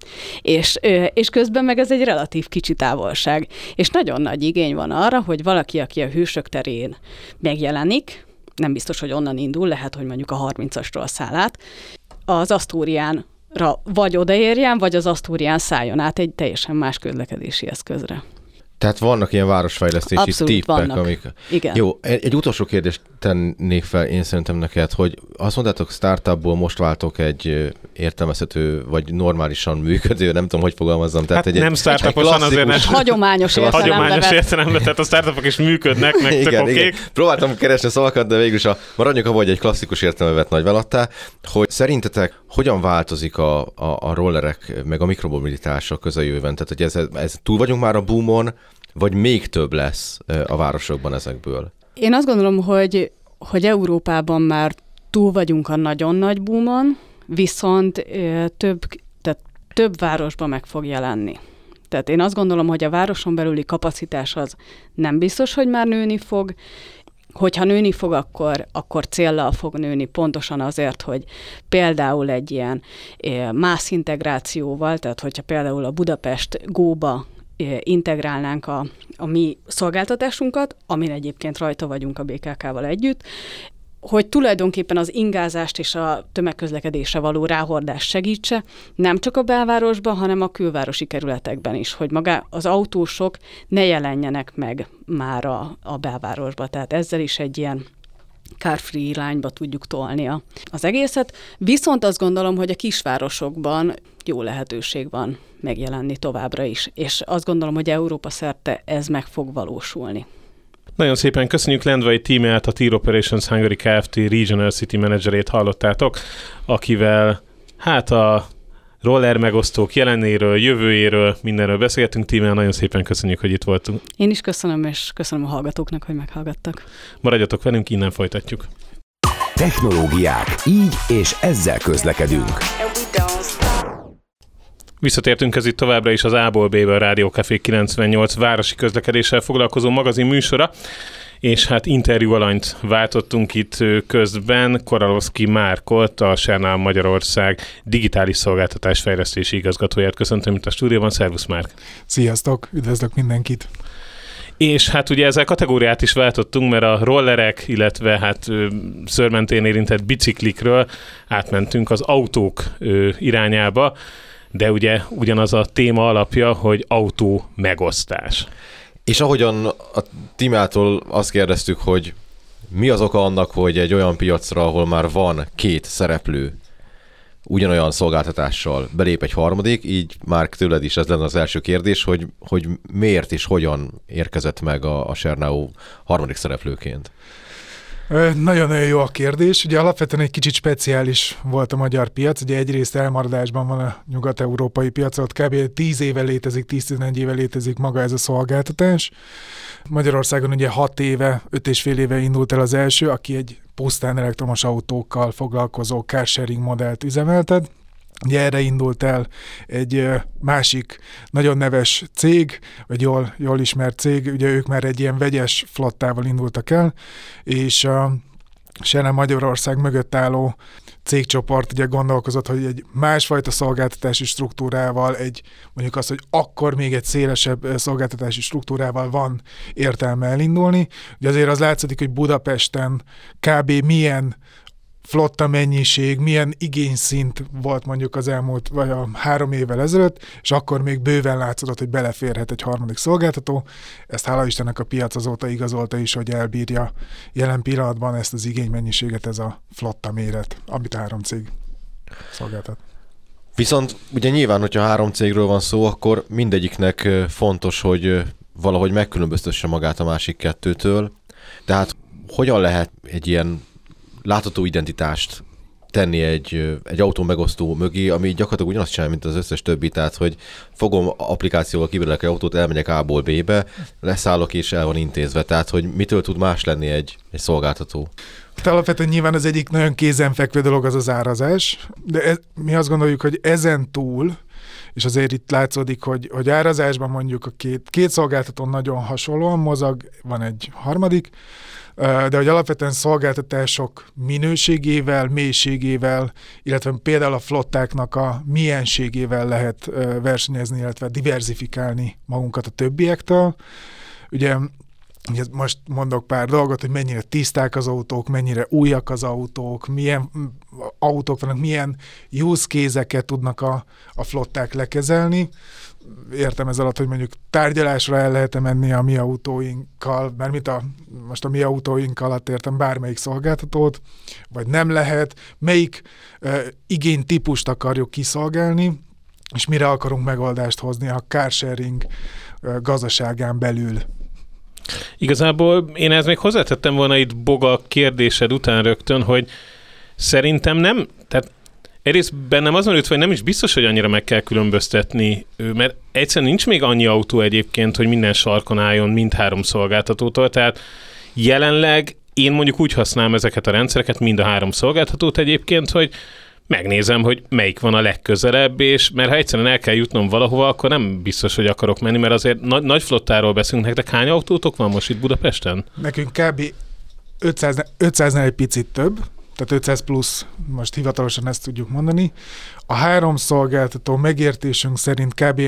És, és közben meg ez egy relatív kicsi távolság. És nagyon nagy igény van arra, hogy valaki, aki a Hősök terén megjelenik, nem biztos, hogy onnan indul, lehet, hogy mondjuk a harmincasról száll át, az Asztúriánra vagy odaérjen, vagy az Asztúrián szálljon át egy teljesen más közlekedési eszközre. Tehát vannak ilyen városfejlesztési Abszolút tippek, vannak. amik... Igen. Jó, egy, egy utolsó kérdést tennék fel én szerintem neked, hogy azt mondtátok, startupból most váltok egy értelmezhető, vagy normálisan működő, nem tudom, hogy fogalmazzam. Tehát hát egy, nem startuposan azért nem. Hagyományos értelemben. Hagyományos értelemben, tehát a startupok is működnek, meg tök okék. Próbáltam keresni szavakat, de végül is a, maradjunk abban, hogy egy klasszikus értelemben vett nagyvállattá, hogy szerintetek hogyan változik a, a, a rollerek, meg a mikromobilitás a közeljövőben? Tehát, hogy ez, ez túl vagyunk már a boomon, vagy még több lesz a városokban ezekből? Én azt gondolom, hogy, hogy Európában már túl vagyunk a nagyon nagy boomon, viszont több, tehát több városban meg fog jelenni. Tehát én azt gondolom, hogy a városon belüli kapacitás az nem biztos, hogy már nőni fog. Hogyha nőni fog, akkor, akkor céllal fog nőni, pontosan azért, hogy például egy ilyen mász integrációval, tehát hogyha például a Budapest Go-ba integrálnánk a, a mi szolgáltatásunkat, amin egyébként rajta vagyunk a bé ká ká-val együtt, hogy tulajdonképpen az ingázást és a tömegközlekedésre való ráhordást segítse, nem csak a belvárosban, hanem a külvárosi kerületekben is, hogy maga az autósok ne jelenjenek meg már a, a belvárosba. Tehát ezzel is egy ilyen car-free irányba tudjuk tolni a, az egészet. Viszont azt gondolom, hogy a kisvárosokban jó lehetőség van megjelenni továbbra is, és azt gondolom, hogy Európa szerte ez meg fog valósulni. Nagyon szépen köszönjük Lendvai Tímeát, a Tir Operations Hungary Kft. Regional City Managerét hallottátok, akivel hát a roller megosztók jelenéről, jövőjéről, mindenről beszélgetünk. Tímea, nagyon szépen köszönjük, hogy itt voltunk. Én is köszönöm, és köszönöm a hallgatóknak, hogy meghallgattak. Maradjatok velünk, innen folytatjuk. Technológiák, így és ezzel közlekedünk. Visszatértünk ez itt továbbra is az A-ból B-be a Rádió Café kilencvennyolc városi közlekedéssel foglalkozó magazin műsora, és hát interjú alanyt váltottunk itt közben Koralowski Márkot, a Sernal Magyarország digitális szolgáltatás fejlesztési igazgatóját. Köszöntöm itt a stúdióban. Szervusz, Márk! Sziasztok! Üdvözlök mindenkit! És hát ugye ezzel kategóriát is váltottunk, mert a rollerek, illetve hát szőrmentén érintett biciklikről átmentünk az autók irányába, de ugye ugyanaz a téma alapja, hogy autó megosztás. És ahogyan a Tímeától azt kérdeztük, hogy mi az oka annak, hogy egy olyan piacra, ahol már van két szereplő ugyanolyan szolgáltatással belép egy harmadik, így már tőled is ez lenne az első kérdés, hogy, hogy miért és hogyan érkezett meg a, a Sernau harmadik szereplőként? Nagyon-nagyon jó a kérdés. Ugye alapvetően egy kicsit speciális volt a magyar piac. Ugye egyrészt elmaradásban van a nyugat-európai piac, ott kb. tíz éve létezik, tíz-tizenegy éve létezik maga ez a szolgáltatás. Magyarországon ugye hat éve, öt és fél éve indult el az első, aki egy pusztán elektromos autókkal foglalkozó carsharing modellt üzemeltet. Ugye erre indult el egy másik nagyon neves cég, vagy jól, jól ismert cég, ugye ők már egy ilyen vegyes flottával indultak el, és a Sernal Magyarország mögött álló cégcsoport ugye gondolkozott, hogy egy másfajta szolgáltatási struktúrával, egy mondjuk azt, hogy akkor még egy szélesebb szolgáltatási struktúrával van értelme elindulni. Ugye azért az látszik, hogy Budapesten kb. Milyen flotta mennyiség, milyen igényszint volt mondjuk az elmúlt, vagy a három évvel ezelőtt, és akkor még bőven látszott, hogy beleférhet egy harmadik szolgáltató. Ezt hála Istennek a piac azóta igazolta is, hogy elbírja jelen pillanatban ezt az igénymennyiséget, ez a flotta méret, amit a három cég szolgáltat. Viszont ugye nyilván, hogyha három cégről van szó, akkor mindegyiknek fontos, hogy valahogy megkülönböztesse magát a másik kettőtől. Tehát hogyan lehet egy ilyen látható identitást tenni egy, egy autó megosztó mögé, ami gyakorlatilag ugyanazt csinál, mint az összes többi, tehát hogy fogom applikációval kibérelek egy autót, elmegyek A-ból B-be, leszállok és el van intézve, tehát hogy mitől tud más lenni egy, egy szolgáltató? De alapvetően nyilván az egyik nagyon kézenfekvő dolog az az árazás, de ez, mi azt gondoljuk, hogy ezen túl, és azért itt látszódik, hogy, hogy árazásban mondjuk a két, két szolgáltató nagyon hasonlóan mozog, van egy harmadik, de hogy alapvetően szolgáltatások minőségével, mélységével, illetve például a flottáknak a mienségével lehet versenyezni, illetve diverzifikálni magunkat a többiektől. Ugye most mondok pár dolgot, hogy mennyire tiszták az autók, mennyire újak az autók, milyen autók vannak, milyen use case-eket tudnak a, a flották lekezelni. Értem ez alatt, hogy mondjuk tárgyalásra el lehet menni a mi autóinkkal, mert mit a, most a mi autóink alatt értem bármelyik szolgáltatót, vagy nem lehet, melyik uh, igénytípust akarjuk kiszolgálni, és mire akarunk megoldást hozni a carsharing uh, gazdaságán belül. Igazából én ezt még hozzátettem volna itt Boga kérdésed után rögtön, hogy szerintem nem, tehát egyrészt bennem az merült, hogy nem is biztos, hogy annyira meg kell különböztetni, mert egyszerűen nincs még annyi autó egyébként, hogy minden sarkon álljon mindhárom szolgáltatótól, tehát jelenleg én mondjuk úgy használom ezeket a rendszereket, mind a három szolgáltatót egyébként, hogy megnézem, hogy melyik van a legközelebb, és mert ha egyszerűen el kell jutnom valahova, akkor nem biztos, hogy akarok menni, mert azért nagy, nagy flottáról beszélünk. Nektek hány autótok van most itt Budapesten? Nekünk kb. ötszáznál egy picit több, tehát ötszáz plusz, most hivatalosan ezt tudjuk mondani. A három szolgáltató megértésünk szerint kb.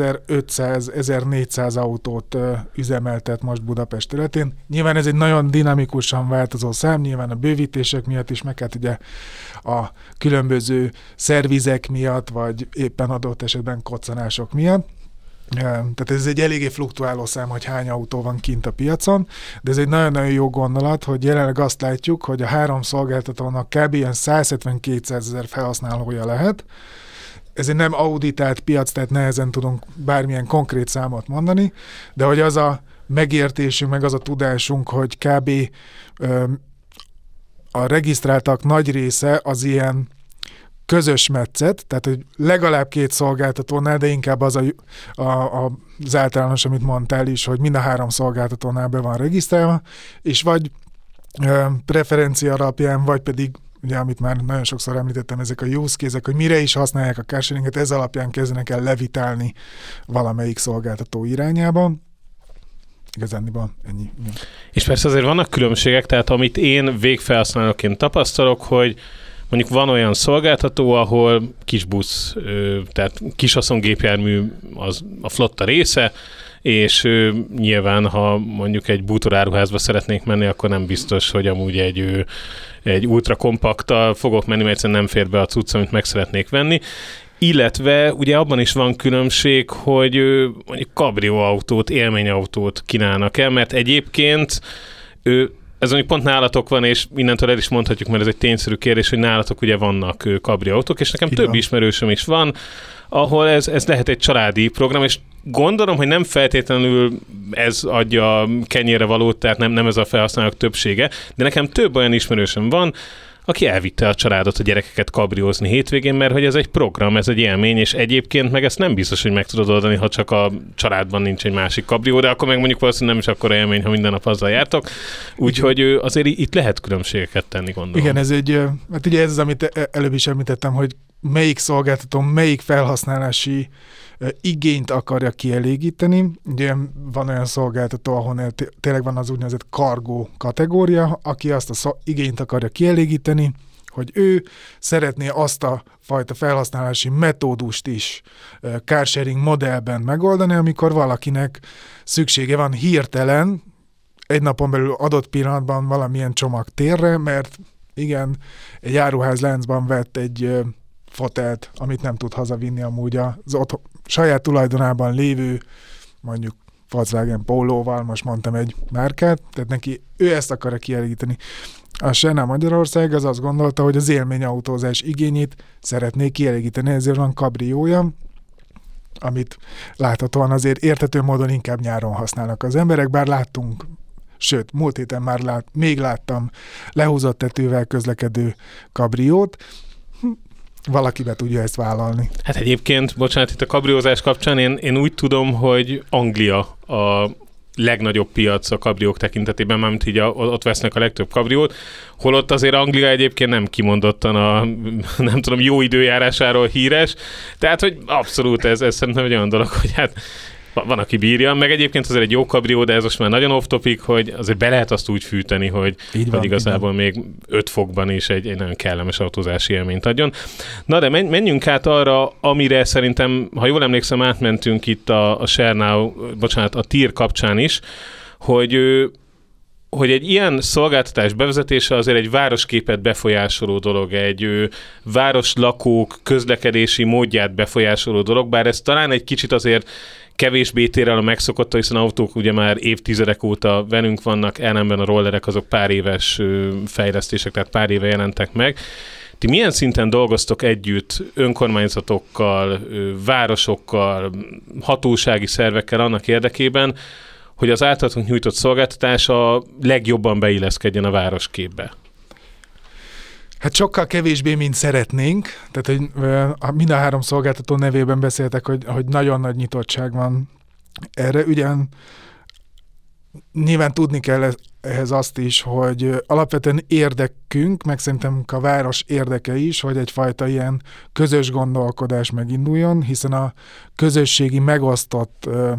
ezerötszáz-ezernégyszáz autót uh, üzemeltet most Budapest területén. Nyilván ez egy nagyon dinamikusan változó szám, nyilván a bővítések miatt is, meg hát ugye a különböző szervizek miatt, vagy éppen adott esetben koccanások miatt. Tehát ez egy eléggé fluktuáló szám, hogy hány autó van kint a piacon, de ez egy nagyon-nagyon jó gondolat, hogy jelenleg azt látjuk, hogy a három szolgáltatónak kb. Ilyen száz hetven-kétszázezer felhasználója lehet. Ez egy nem auditált piac, tehát nehezen tudunk bármilyen konkrét számot mondani, de hogy az a megértésünk, meg az a tudásunk, hogy kb. A regisztráltak nagy része az ilyen közös metszet, tehát hogy legalább két szolgáltatónál, de inkább az a, a, a, az általános, amit mondtál is, hogy mind a három szolgáltatónál be van regisztrálva, és vagy ö, preferencia alapján, vagy pedig, ugye, amit már nagyon sokszor említettem, ezek a use case-ek, hogy mire is használják a carsharinget, ez alapján kezdenek el levitálni valamelyik szolgáltató irányába. Igazándiban ennyi. Igen. És persze azért vannak különbségek, tehát amit én végfelhasználóként tapasztalok, hogy mondjuk van olyan szolgáltató, ahol kis busz, tehát kis haszongépjármű az a flotta része, és nyilván, ha mondjuk egy bútoráruházba szeretnék menni, akkor nem biztos, hogy amúgy egy, egy ultra kompakttal fogok menni, mert egyszerűen nem fér be a cucc, amit meg szeretnék venni. Illetve ugye abban is van különbség, hogy mondjuk kabrióautót, élményautót kínálnak el, mert egyébként ő ez mondjuk pont nálatok van, és innentől el is mondhatjuk, mert ez egy tényszerű kérdés, hogy nálatok ugye vannak kabrióautók, és nekem Így több van. ismerősöm is van, ahol ez, ez lehet egy családi program, és gondolom, hogy nem feltétlenül ez adja kenyérre valót, tehát nem, nem ez a felhasználók többsége, de nekem több olyan ismerősöm van, aki elvitte a családot, a gyerekeket kabriózni hétvégén, mert hogy ez egy program, ez egy élmény, és egyébként meg ezt nem biztos, hogy meg tudod oldani, ha csak a családban nincs egy másik kabrió, de akkor meg mondjuk valószínűleg nem is akkora élmény, ha minden nap azzal jártok. Úgyhogy azért itt lehet különbségeket tenni, gondolom. Igen, ez egy, hát ugye ez az, amit előbb is említettem, hogy melyik szolgáltató, melyik felhasználási igényt akarja kielégíteni. Ugye van olyan szolgáltató, ahol tényleg van az úgynevezett cargo kategória, aki azt a szó, igényt akarja kielégíteni, hogy ő szeretné azt a fajta felhasználási metódust is carsharing modellben megoldani, amikor valakinek szüksége van hirtelen egy napon belül adott pillanatban valamilyen csomag térre, mert igen, egy áruházláncban vett egy ö, fotelt, amit nem tud hazavinni amúgy az otthon, saját tulajdonában lévő, mondjuk Volkswagen Pólóval, most mondtam egy márkát, tehát neki ő ezt akarja kielégíteni. A Serna Magyarország az azt gondolta, hogy az élményautózás igényét szeretné kielégíteni, ezért van kabriója, amit láthatóan azért érthető módon inkább nyáron használnak az emberek, bár láttunk, sőt, múlt héten már lát, még láttam lehúzott tetővel közlekedő kabriót, valaki be tudja ezt vállalni. Hát egyébként, bocsánat, itt a kabriózás kapcsán én, én úgy tudom, hogy Anglia a legnagyobb piac a kabriók tekintetében, mármint így a, ott vesznek a legtöbb kabriót, holott azért Anglia egyébként nem kimondottan a, nem tudom, jó időjárásáról híres, tehát, hogy abszolút ez, ez szerintem egy olyan dolog, hogy hát van, aki bírja, meg egyébként azért egy jó kabrió, de ez most már nagyon off-topic, hogy azért be lehet azt úgy fűteni, hogy, van, hogy igazából még öt fokban is egy, egy nagyon kellemes autózási élményt adjon. Na de menjünk át arra, amire szerintem, ha jól emlékszem, átmentünk itt a, a Sernau, bocsánat, a TIR kapcsán is, hogy hogy egy ilyen szolgáltatás bevezetése azért egy városképet befolyásoló dolog, egy ő, városlakók közlekedési módját befolyásoló dolog, bár ez talán egy kicsit azért kevésbé tér el a megszokott, hiszen autók ugye már évtizedek óta velünk vannak, ellenben a rollerek azok pár éves fejlesztések, tehát pár éve jelentek meg. Ti milyen szinten dolgoztok együtt önkormányzatokkal, városokkal, hatósági szervekkel annak érdekében, hogy az általatunk nyújtott szolgáltatás a legjobban beilleszkedjen a városképbe? Hát sokkal kevésbé, mint szeretnénk. Tehát, hogy mind a három szolgáltató nevében beszéltek, hogy, hogy nagyon nagy nyitottság van erre. Ugyan nyilván tudni kell ehhez azt is, hogy alapvetően érdekünk, meg szerintem a város érdeke is, hogy egyfajta ilyen közös gondolkodás meginduljon, hiszen a közösségi megosztott ö,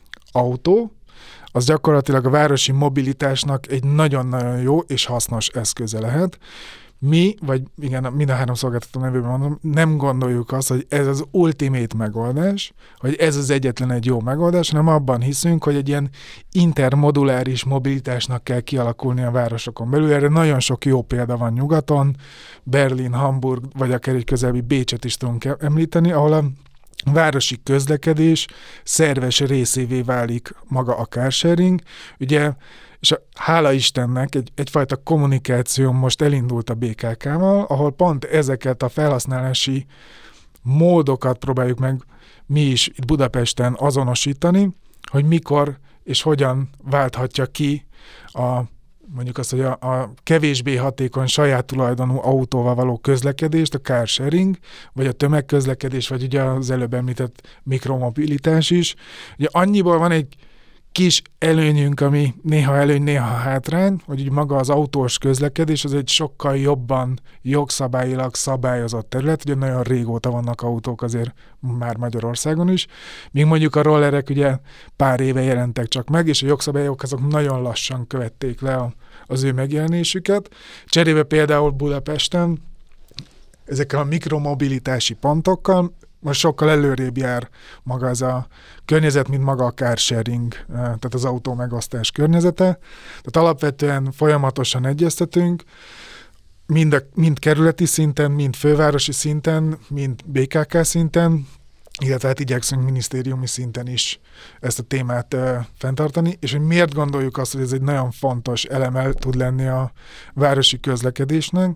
autó, az gyakorlatilag a városi mobilitásnak egy nagyon-nagyon jó és hasznos eszköze lehet. Mi, vagy igen, mind a három szolgáltató nevében mondom, nem gondoljuk azt, hogy ez az ultimate megoldás, hogy ez az egyetlen egy jó megoldás, hanem abban hiszünk, hogy egy ilyen intermoduláris mobilitásnak kell kialakulni a városokon belül. Erre nagyon sok jó példa van nyugaton, Berlin, Hamburg, vagy akár egy közelebbi Bécset is tudunk említeni, ahol a városi közlekedés szerves részévé válik maga a carsharing. Ugye, és a, hála Istennek egy, egyfajta kommunikáció most elindult a bé ká ká-val, ahol pont ezeket a felhasználási módokat próbáljuk meg mi is itt Budapesten azonosítani, hogy mikor és hogyan válthatja ki a mondjuk azt, hogy a, a kevésbé hatékony saját tulajdonú autóval való közlekedést, a carsharing, vagy a tömegközlekedés, vagy ugye az előbb említett mikromobilitás is. Ugye annyiból van egy kis előnyünk, ami néha előny, néha hátrány, hogy ugye maga az autós közlekedés az egy sokkal jobban jogszabályilag szabályozott terület, ugye nagyon régóta vannak autók azért már Magyarországon is, míg mondjuk a rollerek ugye pár éve jelentek csak meg, és a jogszabályok azok nagyon lassan követték le a, az ő megjelenésüket. Cserébe például Budapesten ezekkel a mikromobilitási pontokkal most sokkal előrébb jár maga ez a környezet, mint maga a carsharing, tehát az autó megosztás környezete. Tehát alapvetően folyamatosan egyeztetünk, mind, a, mind kerületi szinten, mind fővárosi szinten, mind bé ká ká szinten, illetve hát igyekszünk minisztériumi szinten is ezt a témát uh, fenntartani, és hogy miért gondoljuk azt, hogy ez egy nagyon fontos eleme tud lenni a városi közlekedésnek.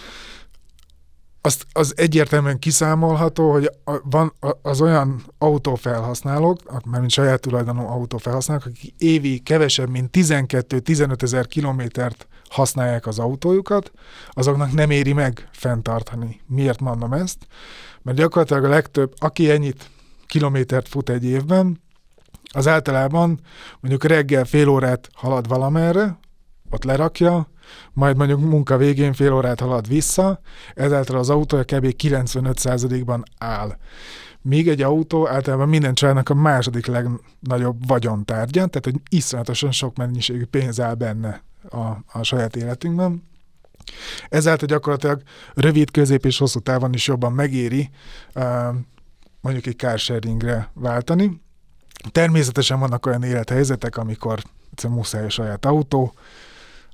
Az, az egyértelműen kiszámolható, hogy van az olyan autófelhasználók, mármint saját tulajdonú autófelhasználók, akik évi kevesebb, mint tizenkét-tizenöt ezer kilométert használják az autójukat, azoknak nem éri meg fenntartani. Miért mondom ezt? Mert gyakorlatilag a legtöbb, aki ennyit kilométert fut egy évben, az általában mondjuk reggel fél órát halad valamerre, ott lerakja, majd mondjuk munka végén fél órát halad vissza, ezáltal az autója kb. kilencvenöt százalékban áll. Míg egy autó általában minden családnak a második legnagyobb vagyontárgya, tehát hogy iszonyatosan sok mennyiségű pénz áll benne a, a saját életünkben. Ezáltal gyakorlatilag rövid, közép és hosszú távon is jobban megéri mondjuk egy carsharingre váltani. Természetesen vannak olyan élethelyzetek, amikor egyszerűen muszáj a saját autó,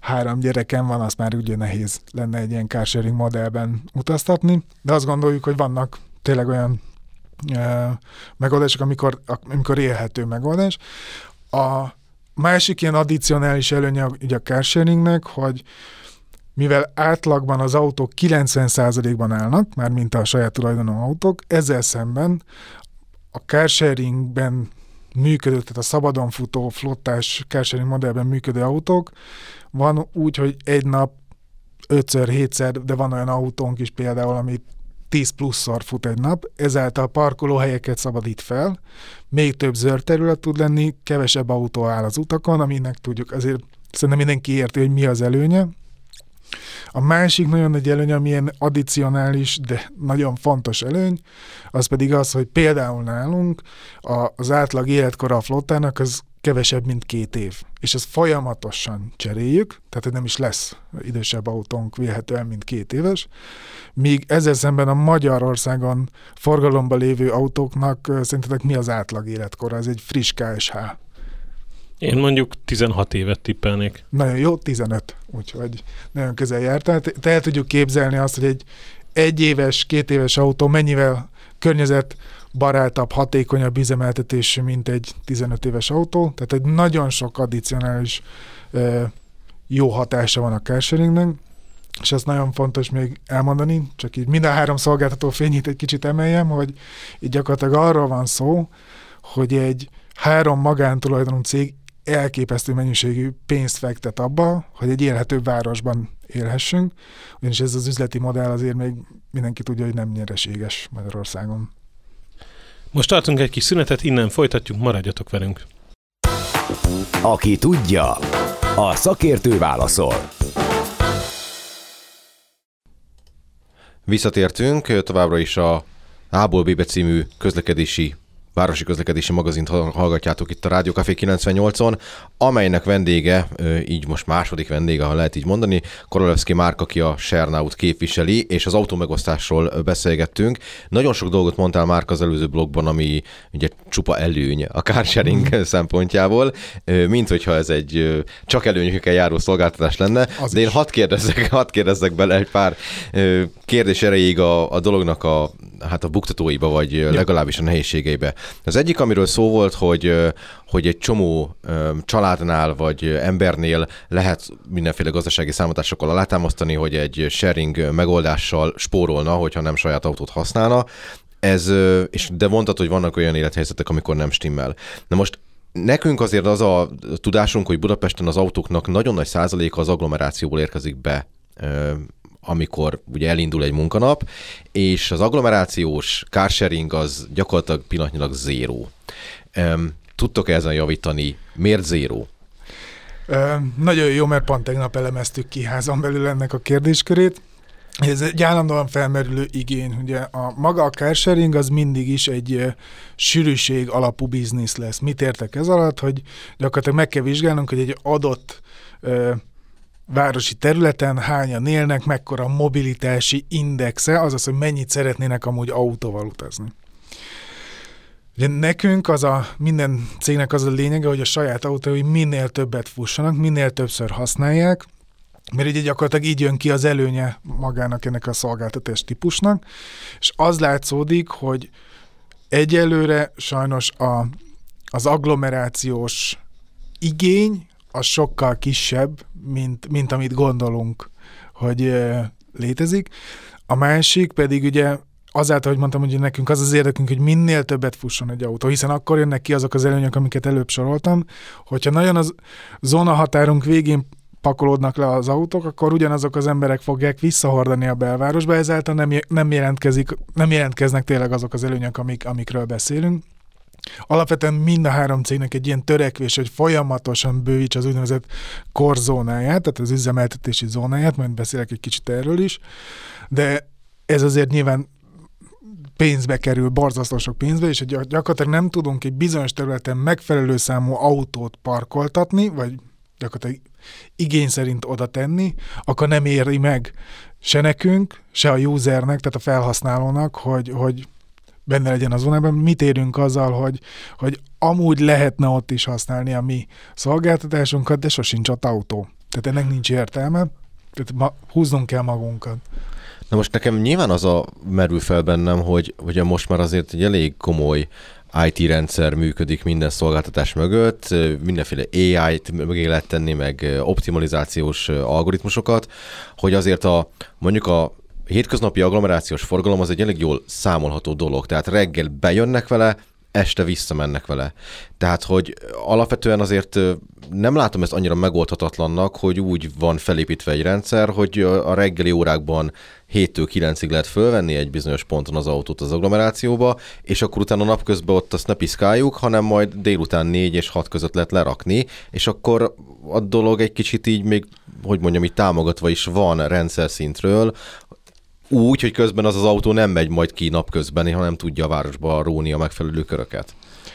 három gyerekem van, azt már ugye nehéz lenne egy ilyen carsharing modellben utaztatni, de azt gondoljuk, hogy vannak tényleg olyan uh, megoldások, amikor, amikor élhető megoldás. A másik ilyen addicionális előnye ugye a carsharingnek, hogy mivel átlagban az autók kilencven százalékban állnak, már mint a saját tulajdonú autók, ezzel szemben a carsharingben működő, tehát a szabadon futó flottás carsharing modellben működő autók van úgy, hogy egy nap ötször, hétszer, de van olyan autónk is például, ami tíz pluszszor fut egy nap, ezáltal parkolóhelyeket szabadít fel, még több zöld terület tud lenni, kevesebb autó áll az utakon, aminek tudjuk, azért szerintem mindenki érti, hogy mi az előnye. A másik nagyon nagy előny, ami ilyen addicionális, de nagyon fontos előny, az pedig az, hogy például nálunk az átlag életkora a flottának az kevesebb, mint két év. És ezt folyamatosan cseréljük, tehát hogy nem is lesz idősebb autónk vélhetően, mint két éves. Míg ezzel szemben a Magyarországon forgalomban lévő autóknak szerintetek mi az átlag életkora? Ez egy friss ká es há. Én mondjuk tizenhat évet tippelnék. Nagyon jó, tizenöt, úgyhogy nagyon közel járt. Tehát te el tudjuk képzelni azt, hogy egy egyéves, két éves autó mennyivel környezetbarátabb, hatékonyabb üzemeltetésű, mint egy tizenöt éves autó. Tehát egy nagyon sok addicionális jó hatása van a carsharingnek, és azt nagyon fontos még elmondani, csak így mind a három szolgáltató fényét egy kicsit emeljem, hogy így gyakorlatilag arról van szó, hogy egy három magántulajdonú cég elképesztő mennyiségű pénzt fektet abba, hogy egy élhetőbb városban élhessünk, ugyanis ez az üzleti modell azért még mindenki tudja, hogy nem nyereséges Magyarországon. Most tartunk egy kis szünetet, innen folytatjuk, maradjatok velünk. Aki tudja, a szakértő válaszol. Visszatértünk, továbbra is a A-ból B-be című közlekedési városi közlekedési magazint hallgatjátok itt a Rádió Café kilencvennyolcon, amelynek vendége, így most második vendége, ha lehet így mondani, Korolevszky Márk, aki a Sharenaut képviseli, és az autómegosztásról beszélgettünk. Nagyon sok dolgot mondtál Márk az előző blogban, ami ugye csupa előny a carsharing mm. szempontjából, mint hogyha ez egy csak előnyökkel járó szolgáltatás lenne. Az de én hadd kérdezzek, hadd kérdezzek bele egy pár kérdés erejéig a, a dolognak a, hát a buktatóiba, vagy ja. legalábbis a nehézségeibe. Az egyik, amiről szó volt, hogy, hogy egy csomó családnál vagy embernél lehet mindenféle gazdasági számításokkal alátámasztani, hogy egy sharing megoldással spórolna, hogyha nem saját autót használna. Ez, és de mondtad, hogy vannak olyan élethelyzetek, amikor nem stimmel. Na most nekünk azért az a tudásunk, hogy Budapesten az autóknak nagyon nagy százaléka az agglomerációból érkezik be, amikor ugye elindul egy munkanap, és az agglomerációs carsharing az gyakorlatilag pillanatnyilag zéró. Tudtok-e ezen javítani? Miért zéró? Ö, nagyon jó, mert pont tegnap elemeztük ki házon belül ennek a kérdéskörét. Ez egy állandóan felmerülő igény. Ugye a maga a carsharing az mindig is egy uh, sűrűség alapú biznisz lesz. Mit értek ez alatt? Hogy gyakorlatilag meg kell vizsgálnunk, hogy egy adott uh, városi területen hányan élnek, mekkora a mobilitási indexe, azaz, hogy mennyit szeretnének amúgy autóval utazni. Ugye nekünk az a, minden cégnek az a lényege, hogy a saját autói minél többet fussanak, minél többször használják, mert ugye gyakorlatilag így jön ki az előnye magának ennek a szolgáltatás típusnak, és az látszódik, hogy egyelőre sajnos a, az agglomerációs igény az sokkal kisebb, mint, mint amit gondolunk, hogy e, létezik. A másik pedig ugye azáltal, hogy mondtam, hogy nekünk az az érdekünk, hogy minél többet fusson egy autó, hiszen akkor jönnek ki azok az előnyök, amiket előbb soroltam, hogyha nagyon az zónahatárunk végén pakolódnak le az autók, akkor ugyanazok az emberek fogják visszahordani a belvárosba, ezáltal nem, nem, jelentkezik, nem jelentkeznek tényleg azok az előnyök, amik, amikről beszélünk. Alapvetően mind a három cégnek egy ilyen törekvés, hogy folyamatosan bővíts az úgynevezett korzónáját, tehát az üzemeltetési zónáját, majd beszélek egy kicsit erről is, de ez azért nyilván pénzbe kerül, borzasztó sok pénzbe, és gyakorlatilag nem tudunk egy bizonyos területen megfelelő számú autót parkoltatni, vagy gyakorlatilag igény szerint oda tenni, akkor nem éri meg se nekünk, se a usernek, tehát a felhasználónak, hogy, hogy benne legyen a zónában. Mit érünk azzal, hogy, hogy amúgy lehetne ott is használni a mi szolgáltatásunkat, de sosincs ott autó. Tehát ennek nincs értelme, tehát ma, húznunk kell magunkat. Na most nekem nyilván az a merül fel bennem, hogy ugye most már azért egy elég komoly i té rendszer működik minden szolgáltatás mögött, mindenféle á í-t mögé lehet tenni, meg optimalizációs algoritmusokat, hogy azért a mondjuk a hétköznapi agglomerációs forgalom az egy elég jól számolható dolog, tehát reggel bejönnek vele, este visszamennek vele. Tehát, hogy alapvetően azért nem látom ezt annyira megoldhatatlannak, hogy úgy van felépítve egy rendszer, hogy a reggeli órákban héttől kilencig lehet fölvenni egy bizonyos ponton az autót az agglomerációba, és akkor utána napközben ott azt ne piszkáljuk, hanem majd délután négy és hat között lehet lerakni, és akkor a dolog egy kicsit így még, hogy mondjam, így támogatva is van rendszer szintről, úgy, hogy közben az az autó nem megy majd ki napközben, hanem tudja a városba róni a megfelelő köröket.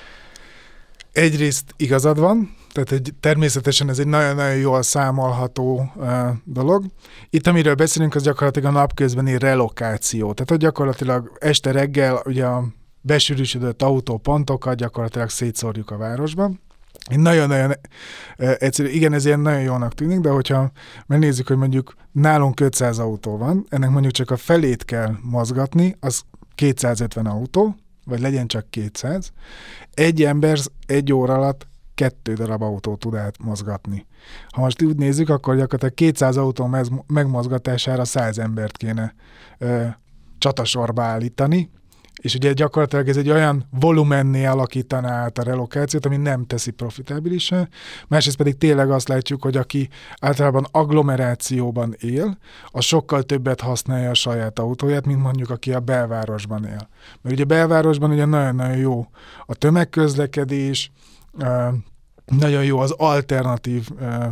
Egyrészt igazad van, tehát egy, természetesen ez egy nagyon-nagyon jól számolható uh, dolog. Itt, amiről beszélünk, az gyakorlatilag a napközbeni relokáció. Tehát, hogy gyakorlatilag este reggel ugye a besűrűsödött autópontokat gyakorlatilag szétszórjuk a városba. Nagyon-nagyon egyszerű, igen, ez ilyen nagyon jónak tűnik, de hogyha megnézzük, hogy mondjuk nálunk ötszáz autó van, ennek mondjuk csak a felét kell mozgatni, az kétszázötven autó, vagy legyen csak kétszáz, egy ember egy óra alatt kettő darab autót tud átmozgatni. Ha most úgy nézzük, akkor gyakorlatilag kétszáz autó megmozgatására száz embert kéne ö, csatasorba állítani, és ugye gyakorlatilag ez egy olyan volumenné alakítaná át a relokációt, ami nem teszi profitábilisá. Másrészt pedig tényleg azt látjuk, hogy aki általában agglomerációban él, az sokkal többet használja a saját autóját, mint mondjuk aki a belvárosban él. Mert ugye belvárosban ugye nagyon-nagyon jó a tömegközlekedés, nagyon jó az alternatív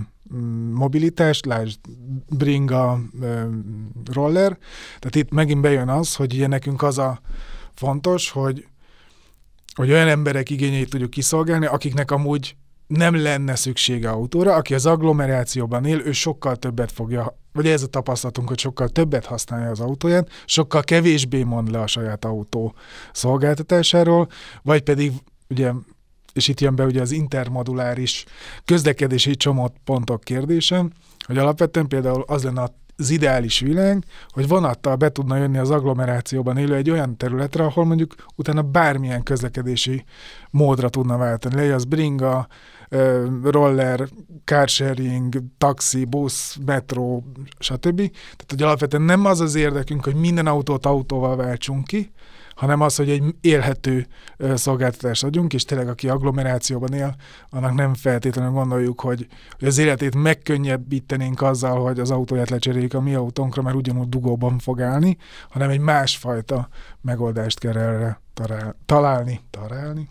mobilitás, lásd bringa, roller. Tehát itt megint bejön az, hogy ugye nekünk az a fontos, hogy, hogy olyan emberek igényeit tudjuk kiszolgálni, akiknek amúgy nem lenne szüksége autóra, aki az agglomerációban él, ő sokkal többet fogja, vagy ez a tapasztalatunk, hogy sokkal többet használja az autóját, sokkal kevésbé mond le a saját autó szolgáltatásáról, vagy pedig ugye, és itt jön be ugye az intermoduláris közlekedési csomópontok kérdése, hogy alapvetően például az lenne az ideális világ, hogy vonattal be tudna jönni az agglomerációban élő egy olyan területre, ahol mondjuk utána bármilyen közlekedési módra tudna váltani. Legyen az bringa, roller, carsharing, taxi, busz, metró, stb. Tehát, hogy alapvetően nem az az érdekünk, hogy minden autót autóval váltsunk ki, hanem az, hogy egy élhető szolgáltatást adjunk, és tényleg aki agglomerációban él, annak nem feltétlenül gondoljuk, hogy, hogy az életét megkönnyebbítenénk azzal, hogy az autóját lecseréljük a mi autónkra, mert ugyanúgy dugóban fog állni, hanem egy másfajta megoldást kell erre találni. találni.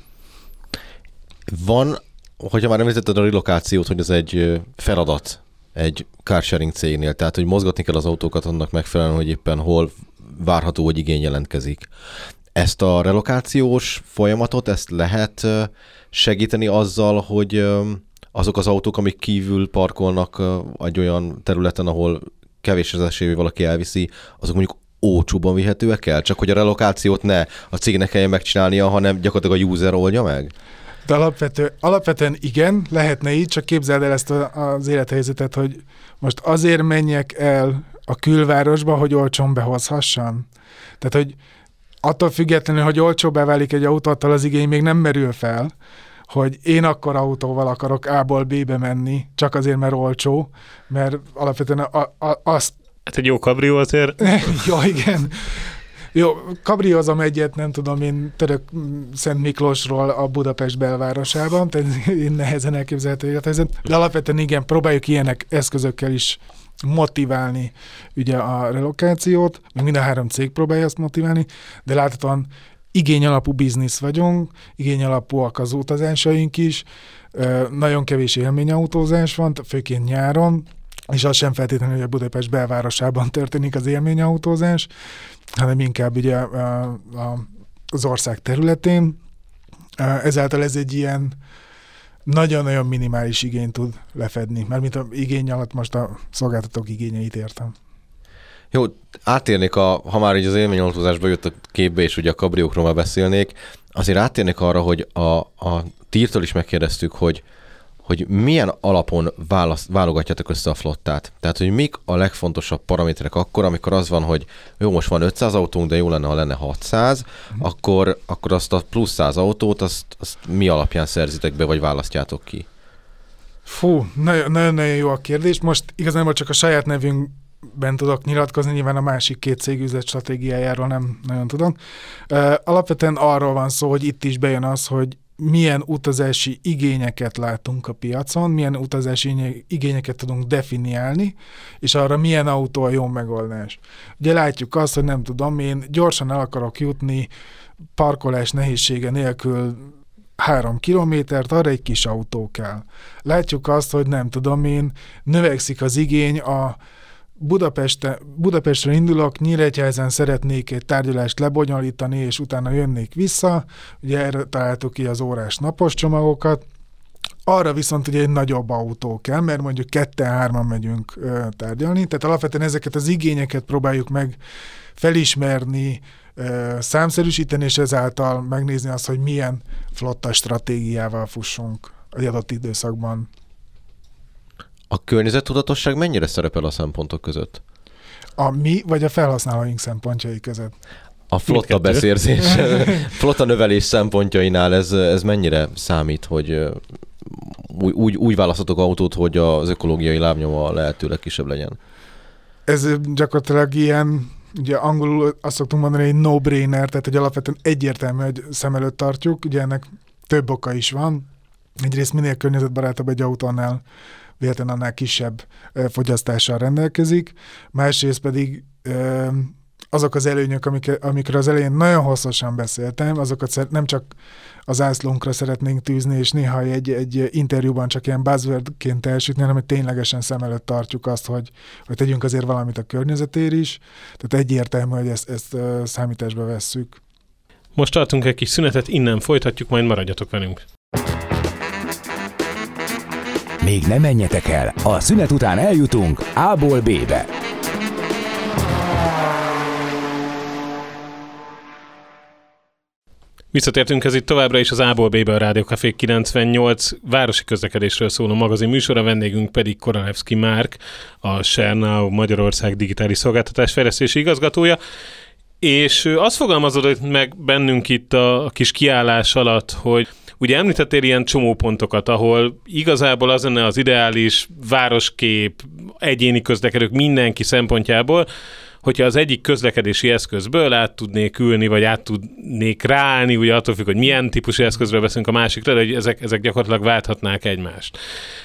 Van, hogyha már említetted a relokációt, hogy ez egy feladat egy carsharing cégnél, tehát hogy mozgatni kell az autókat annak megfelelően, hogy éppen hol várható, hogy igény jelentkezik. Ezt a relokációs folyamatot, ezt lehet segíteni azzal, hogy azok az autók, amik kívül parkolnak egy olyan területen, ahol kevés az esély, hogy valaki elviszi, azok mondjuk olcsóban vihetőek el? Csak hogy a relokációt ne a cégnek kelljen megcsinálnia, hanem gyakorlatilag a user oldja meg? De alapvető, alapvetően igen, lehetne így, csak képzeld el ezt a, az élethelyzetet, hogy most azért menjek el a külvárosba, hogy olcsón behozhassam. Tehát, hogy attól függetlenül, hogy olcsóbbá válik egy autó, attól az igény még nem merül fel, hogy én akkor autóval akarok A-ból B-be menni, csak azért, mert olcsó, mert alapvetően a, a, azt... Hát egy jó kabrió azért. Ja, igen. Jó, kabriózom egyet, nem tudom én, török Szent Miklósról a Budapest belvárosában, tehát én nehezen elképzelhető élethelyzet, de alapvetően igen, próbáljuk ilyenek eszközökkel is motiválni ugye a relokációt, még mind a három cég próbálja azt motiválni, de láthatóan igény alapú biznisz vagyunk, igény alapúak az utazásaink is, nagyon kevés élményautózás van, főként nyáron, és az sem feltétlenül, hogy a Budapest belvárosában történik az élményautózás, hanem inkább ugye a, a, az ország területén. Ezáltal ez egy ilyen nagyon-nagyon minimális igényt tud lefedni, mert mint a igény alatt most a szolgáltatók igényeit értem. Jó, átérnék, a, ha már így az élményautózásba jött a képbe, és ugye a kabriókról már beszélnék, azért átérnék arra, hogy a, a tírtől is megkérdeztük, hogy hogy milyen alapon válasz, válogatjátok össze a flottát. Tehát, hogy mik a legfontosabb paraméterek akkor, amikor az van, hogy jó, most van ötszáz autónk, de jó lenne, ha lenne hatszáz, mm. akkor, akkor azt a plusz száz autót, azt, azt mi alapján szerzitek be, vagy választjátok ki? Fú, nagyon-nagyon jó a kérdés. Most igazából csak a saját nevünkben tudok nyilatkozni, nyilván a másik két cég üzlet stratégiájáról nem nagyon tudok. Uh, alapvetően arról van szó, hogy itt is bejön az, hogy milyen utazási igényeket látunk a piacon, milyen utazási igényeket tudunk definiálni, és arra milyen autó a jó megoldás. Ugye látjuk azt, hogy nem tudom, én gyorsan el akarok jutni parkolás nehézsége nélkül három kilométert, arra egy kis autó kell. Látjuk azt, hogy nem tudom én, növekszik az igény a Budapeste, Budapestre indulok, Nyíregyházán szeretnék egy tárgyalást lebonyolítani, és utána jönnék vissza. Ugye erre találtuk ki az órás napos csomagokat. Arra viszont ugye egy nagyobb autó kell, mert mondjuk ketten-hárman megyünk ö, tárgyalni. Tehát alapvetően ezeket az igényeket próbáljuk meg felismerni, ö, számszerűsíteni, és ezáltal megnézni azt, hogy milyen flotta stratégiával fussunk az adott időszakban. A környezettudatosság mennyire szerepel a szempontok között? A mi vagy a felhasználóink szempontjai között? A flotta beszérzés, flotta növelés szempontjainál ez, ez mennyire számít, hogy úgy, úgy, úgy választatok autót, hogy az ökológiai lábnyoma lehetőleg kisebb legyen? Ez gyakorlatilag ilyen, ugye angolul azt szoktunk mondani, hogy no-brainer, tehát hogy alapvetően egyértelmű, hogy szem előtt tartjuk, ugye ennek több oka is van. Egyrészt minél környezetbarátabb egy autónál, véletlenül annál kisebb fogyasztással rendelkezik, másrészt pedig azok az előnyök, amik, amikről az elején nagyon hosszasan beszéltem, azokat nem csak az zászlónkra szeretnénk tűzni, és néha egy, egy interjúban csak ilyen buzzwordként elsütni, hanem hogy ténylegesen szem előtt tartjuk azt, hogy, hogy tegyünk azért valamit a környezetért is. Tehát egyértelmű, hogy ezt, ezt számításba vesszük. Most tartunk egy kis szünetet, innen folytatjuk, majd maradjatok velünk. Még ne menjetek el, a szünet után eljutunk A-ból B-be. Visszatértünk, ez itt továbbra is az A-ból B-be, a Rádió Café kilencvennyolc városi közlekedésről szóló magazin műsora, vendégünk pedig Koralewski Márk, a ShareNow Magyarország digitális szolgáltatás fejlesztési igazgatója, és az fogalmazódott meg bennünk itt a kis kiállás alatt, hogy ugye említettél ilyen csomópontokat, ahol igazából az lenne az ideális városkép, egyéni közlekedők mindenki szempontjából, hogyha az egyik közlekedési eszközből át tudnék ülni, vagy át tudnék ráállni, ugye attól függ, hogy milyen típusú eszközről beszélünk a másikra, de hogy ezek, ezek gyakorlatilag válthatnák egymást.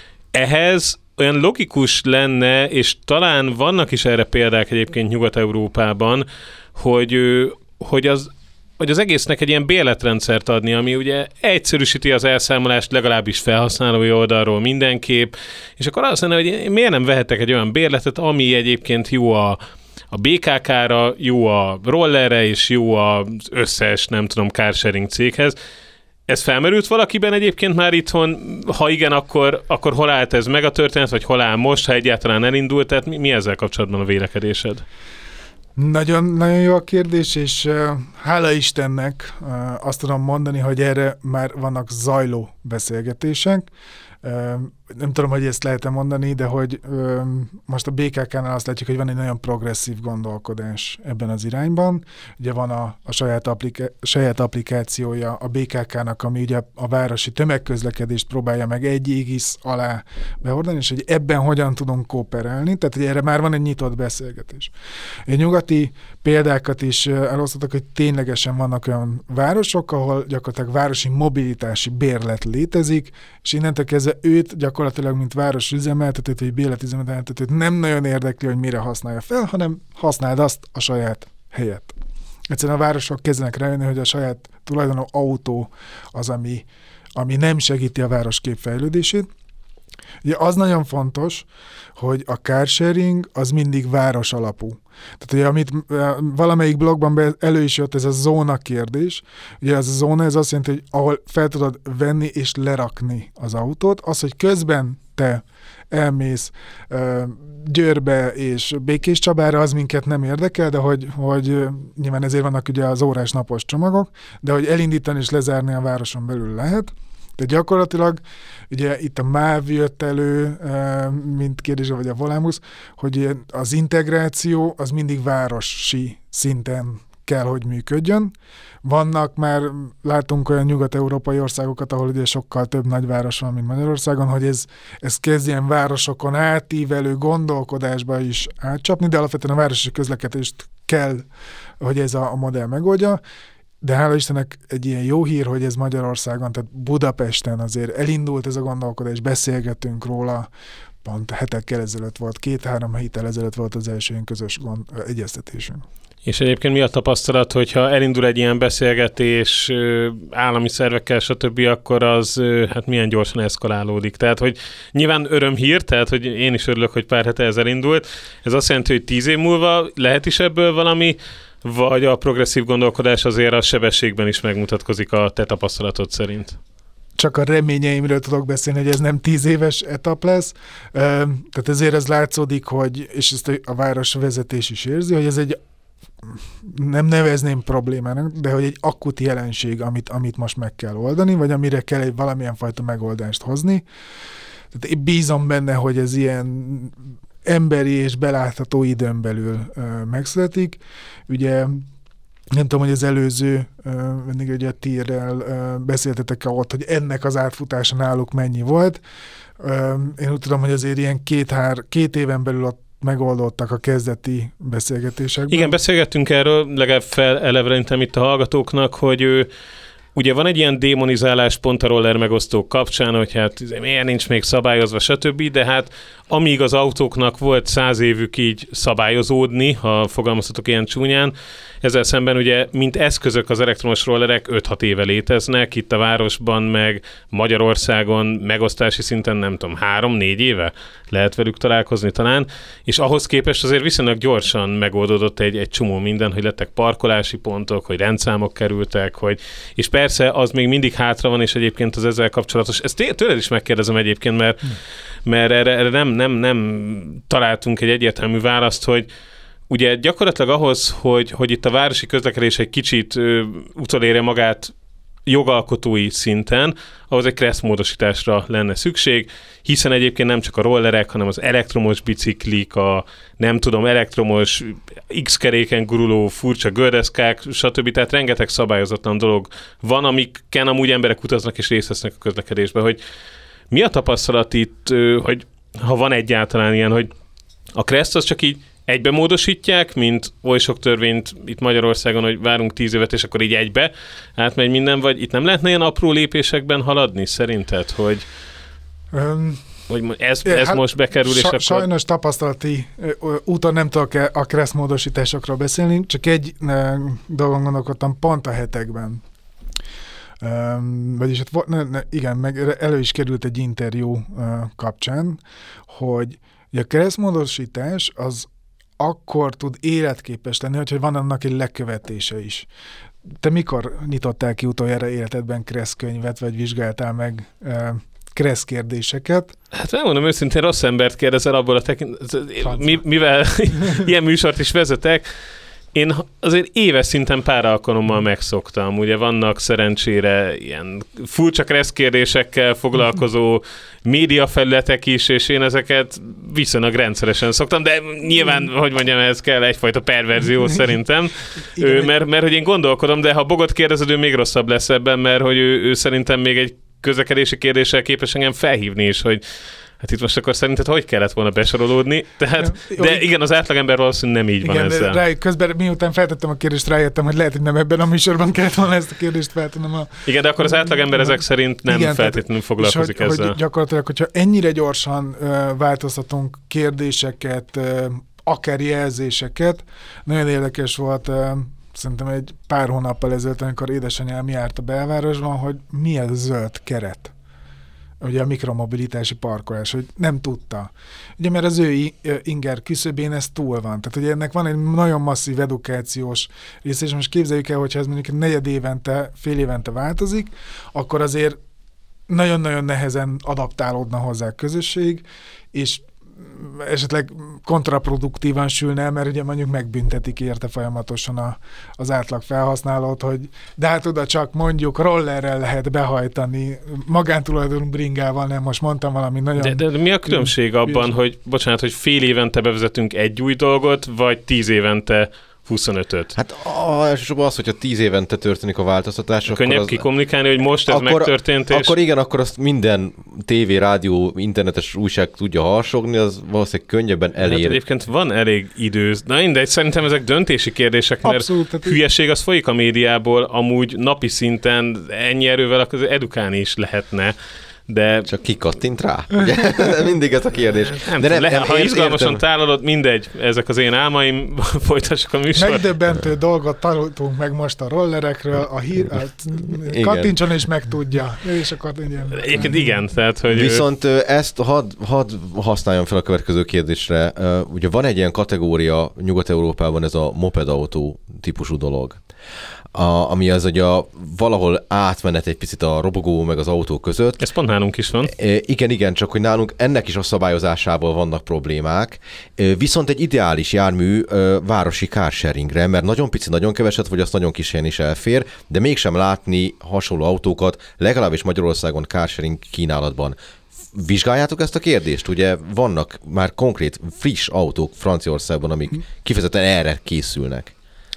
Ehhez olyan logikus lenne, és talán vannak is erre példák egyébként Nyugat-Európában, hogy, hogy az hogy az egésznek egy ilyen bérletrendszert adni, ami ugye egyszerűsíti az elszámolást legalábbis felhasználói oldalról mindenképp, és akkor azt mondja, hogy miért nem vehetek egy olyan bérletet, ami egyébként jó a, a bé ká ká-ra, jó a rollerre, és jó az összes, nem tudom, carsharing céghez. Ez felmerült valakiben egyébként már itthon? Ha igen, akkor, akkor hol állt ez meg a történet, vagy hol áll most, ha egyáltalán elindult? Tehát mi, mi ezzel kapcsolatban a vélekedésed? Nagyon, nagyon jó a kérdés, és uh, hála Istennek uh, azt tudom mondani, hogy erre már vannak zajló beszélgetések. Uh, nem tudom, hogy ezt lehet-e mondani, de hogy uh, most a bé ká ká-nál azt látjuk, hogy van egy nagyon progresszív gondolkodás ebben az irányban. Ugye van a, a saját, applika- saját applikációja a bé ká ká-nak, ami ugye a városi tömegközlekedést próbálja meg egy égisz alá behordani, és hogy ebben hogyan tudunk kooperálni. Tehát hogy erre már van egy nyitott beszélgetés. Egy nyugati példákat is elosztottak, hogy ténylegesen vannak olyan városok, ahol gyakorlatilag városi mobilitási bérlet létezik, és innentől kezdve őt gyakorlatilag, mint városüzemeltetőt, vagy bérletüzemeltetőt nem nagyon érdekli, hogy mire használja fel, hanem használd azt a saját helyet. Egyszerűen a városok kezdenek rájönni, hogy a saját tulajdonú autó az, ami, ami nem segíti a városkép fejlődését. Ugye az nagyon fontos, hogy a carsharing az mindig város alapú. Tehát ugye, amit valamelyik blogban elő is jött, ez a zóna kérdés. Ugye ez a zóna, ez azt jelenti, hogy ahol fel tudod venni és lerakni az autót, az, hogy közben te elmész uh, Győrbe és Békéscsabára, az minket nem érdekel, de hogy, hogy uh, nyilván ezért vannak ugye az órás napos csomagok, de hogy elindítani és lezárni a városon belül lehet. De gyakorlatilag, ugye itt a MÁV jött elő, mint kérdése, vagy a Volánbusz, hogy az integráció az mindig városi szinten kell, hogy működjön. Vannak már, látunk olyan nyugat-európai országokat, ahol ugye sokkal több nagyváros van, mint Magyarországon, hogy ez, ez kezd ilyen városokon átívelő gondolkodásba is átcsapni, de alapvetően a városi közlekedést kell, hogy ez a, a modell megoldja. De hála Istennek egy ilyen jó hír, hogy ez Magyarországon, tehát Budapesten azért elindult ez a gondolkodás, beszélgetünk róla, pont hetekkel ezelőtt volt, két-három héttel ezelőtt volt az első közös gond, egyeztetésünk. És egyébként mi a tapasztalat, hogyha elindul egy ilyen beszélgetés állami szervekkel, stb., akkor az hát milyen gyorsan eszkalálódik. Tehát, hogy nyilván örömhír, tehát, hogy én is örülök, hogy pár hete ez elindult. Ez azt jelenti, hogy tíz év múlva lehet is ebből valami, vagy a progresszív gondolkodás azért a sebességben is megmutatkozik a te tapasztalatod szerint? Csak a reményeimről tudok beszélni, hogy ez nem tíz éves etap lesz. Tehát ezért ez látszódik, hogy, és ezt a városvezetés is érzi, hogy ez egy, nem nevezném problémának, de hogy egy akut jelenség, amit, amit most meg kell oldani, vagy amire kell egy valamilyen fajta megoldást hozni. Tehát én bízom benne, hogy ez ilyen emberi és belátható időn belül uh, megszületik. Ugye nem tudom, hogy az előző, uh, mindig ugye a tírrel uh, beszéltetek ott, hogy ennek az átfutása náluk mennyi volt. Uh, én úgy tudom, hogy azért ilyen két-hár, két éven belül ott megoldottak a kezdeti beszélgetésekben. Igen, beszélgettünk erről, legalább felelevenítem itt a hallgatóknak, hogy ő ugye van egy ilyen démonizálás pont a roller megosztók kapcsán, hogy hát miért nincs még szabályozva, stb., de hát amíg az autóknak volt száz évük így szabályozódni, ha fogalmazhatok ilyen csúnyán, ezzel szemben ugye, mint eszközök az elektromos rollerek öt-hat éve léteznek, itt a városban, meg Magyarországon megosztási szinten nem tudom, három-négy éve lehet velük találkozni talán, és ahhoz képest azért viszonylag gyorsan megoldódott egy, egy csomó minden, hogy lettek parkolási pontok, hogy rendszámok kerültek, hogy, és persze az még mindig hátra van, és egyébként az ezzel kapcsolatos, ezt tőled is megkérdezem egyébként, mert, mert erre, erre nem, nem, nem találtunk egy egyértelmű választ, hogy ugye gyakorlatilag ahhoz, hogy, hogy itt a városi közlekedés egy kicsit ö, utolérje magát jogalkotói szinten, ahhoz egy kresszmódosításra lenne szükség, hiszen egyébként nem csak a rollerek, hanem az elektromos biciklik, a nem tudom, elektromos X-keréken guruló furcsa gördeszkák, stb. Tehát rengeteg szabályozatlan dolog van, amiken amúgy emberek utaznak és részt vesznek a közlekedésben, hogy mi a tapasztalat itt, hogy ha van egyáltalán ilyen, hogy a kreszt az csak így egybe módosítják, mint oly sok törvényt itt Magyarországon, hogy várunk tíz évet, és akkor így egybe átmegy minden, vagy itt nem lehetne ilyen apró lépésekben haladni szerinted, hogy, um, hogy ez, ez hát most bekerül, sa- és akkor... Sajnos tapasztalati úton nem tudok a kressz módosításokról beszélni, csak egy dolgon gondolkodtam pont a hetekben. Um, vagyis hát, ne, ne, igen, meg elő is került egy interjú uh, kapcsán, hogy a keresztmódosítás az akkor tud életképes lenni, hogy van annak egy lekövetése is. Te mikor nyitottál ki utoljára életedben kresszkönyvet, vagy vizsgáltál meg uh, kressz kérdéseket? Hát nem mondom őszintén, rossz embert kérdezel abból a tekintetben, mi, mivel ilyen műsort is vezetek, én azért éves szinten pár alkalommal megszoktam. Ugye vannak szerencsére ilyen furcsa kressz kérdésekkel foglalkozó médiafelületek is, és én ezeket viszonylag rendszeresen szoktam, de nyilván, hogy mondjam, ez kell egyfajta perverzió szerintem, ő, mert, mert hogy én gondolkodom, de ha Bogot kérdezed, ő még rosszabb lesz ebben, mert hogy ő, ő szerintem még egy közlekedési kérdéssel képes engem felhívni is, hogy hát itt most akkor szerinted hogy kellett volna besorolódni? Tehát, ja, de igen, az átlagember valószínűleg nem így igen, van ezzel. Rá, közben miután feltettem a kérdést, rájöttem, hogy lehet, hogy nem ebben a műsorban kellett volna ezt a kérdést feltennem. A... Igen, de akkor az átlagember ezek szerint nem igen, feltétlenül foglalkozik hogy, ezzel. Hogy gyakorlatilag, hogyha ennyire gyorsan uh, változtatunk kérdéseket, uh, akár jelzéseket, nagyon érdekes volt, uh, szerintem egy pár hónappal ezelőtt, amikor édesanyám járt a belvárosban, hogy mi ez a zöld keret. Ugye a mikromobilitási parkolás, hogy nem tudta. Ugye mert az ő inger küszöbén ez túl van. Tehát ugye ennek van egy nagyon masszív edukációs része, és most képzeljük el, hogyha ez mondjuk negyed évente, fél évente változik, akkor azért nagyon-nagyon nehezen adaptálódna hozzá a közösség, és esetleg kontraproduktívan sülne el, mert ugye mondjuk megbüntetik érte folyamatosan a, az átlag felhasználót, hogy de hát oda csak mondjuk rollerrel lehet behajtani, magántulajdonú bringával, nem, most mondtam valami nagyon... De, de mi a különbség abban, hogy, bocsánat, hogy fél évente bevezetünk egy új dolgot, vagy tíz évente huszonötöt? Hát a, elsősorban az, hogyha tíz évente történik a változtatás, akkor könnyebb az, kikommunikálni, hogy most ez akkor, megtörtént, és... Akkor igen, akkor azt minden tévé, rádió, internetes újság tudja harsogni, az valószínűleg könnyebben elér. Hát egyébként van elég idő. Na mindegy, szerintem ezek döntési kérdések, mert abszolút, tehát hülyeség az folyik a médiából, amúgy napi szinten ennyi erővel akkor edukálni is lehetne. De... Csak kikattint rá? Ugye? Mindig ez a kérdés. Nem de tudom, nem, le, nem, ha ér, izgalmasan értem. tállalod, mindegy, ezek az én álmaim, folytassuk a műsort. Megdöbbentő dolgot tanultunk meg most a rollerekről, a hír, a kattintson és megtudja. És akkor igen. Egyébként igen, tehát, hogy... Viszont ezt hadd had használjam fel a következő kérdésre. Ugye van egy ilyen kategória Nyugat-Európában, ez a mopedautó típusú dolog. A, ami az ugye a, valahol átmenet egy picit a robogó meg az autó között. Ez pont nálunk is van. E, igen, igen, csak hogy nálunk ennek is a szabályozásával vannak problémák. E, viszont egy ideális jármű e, városi carsharingre, mert nagyon pici, nagyon keveset, vagy azt nagyon kis helyen is elfér, de mégsem látni hasonló autókat, legalábbis Magyarországon carsharing kínálatban. Vizsgáljátok ezt a kérdést? Ugye vannak már konkrét friss autók Franciaországban, amik kifejezetten erre készülnek.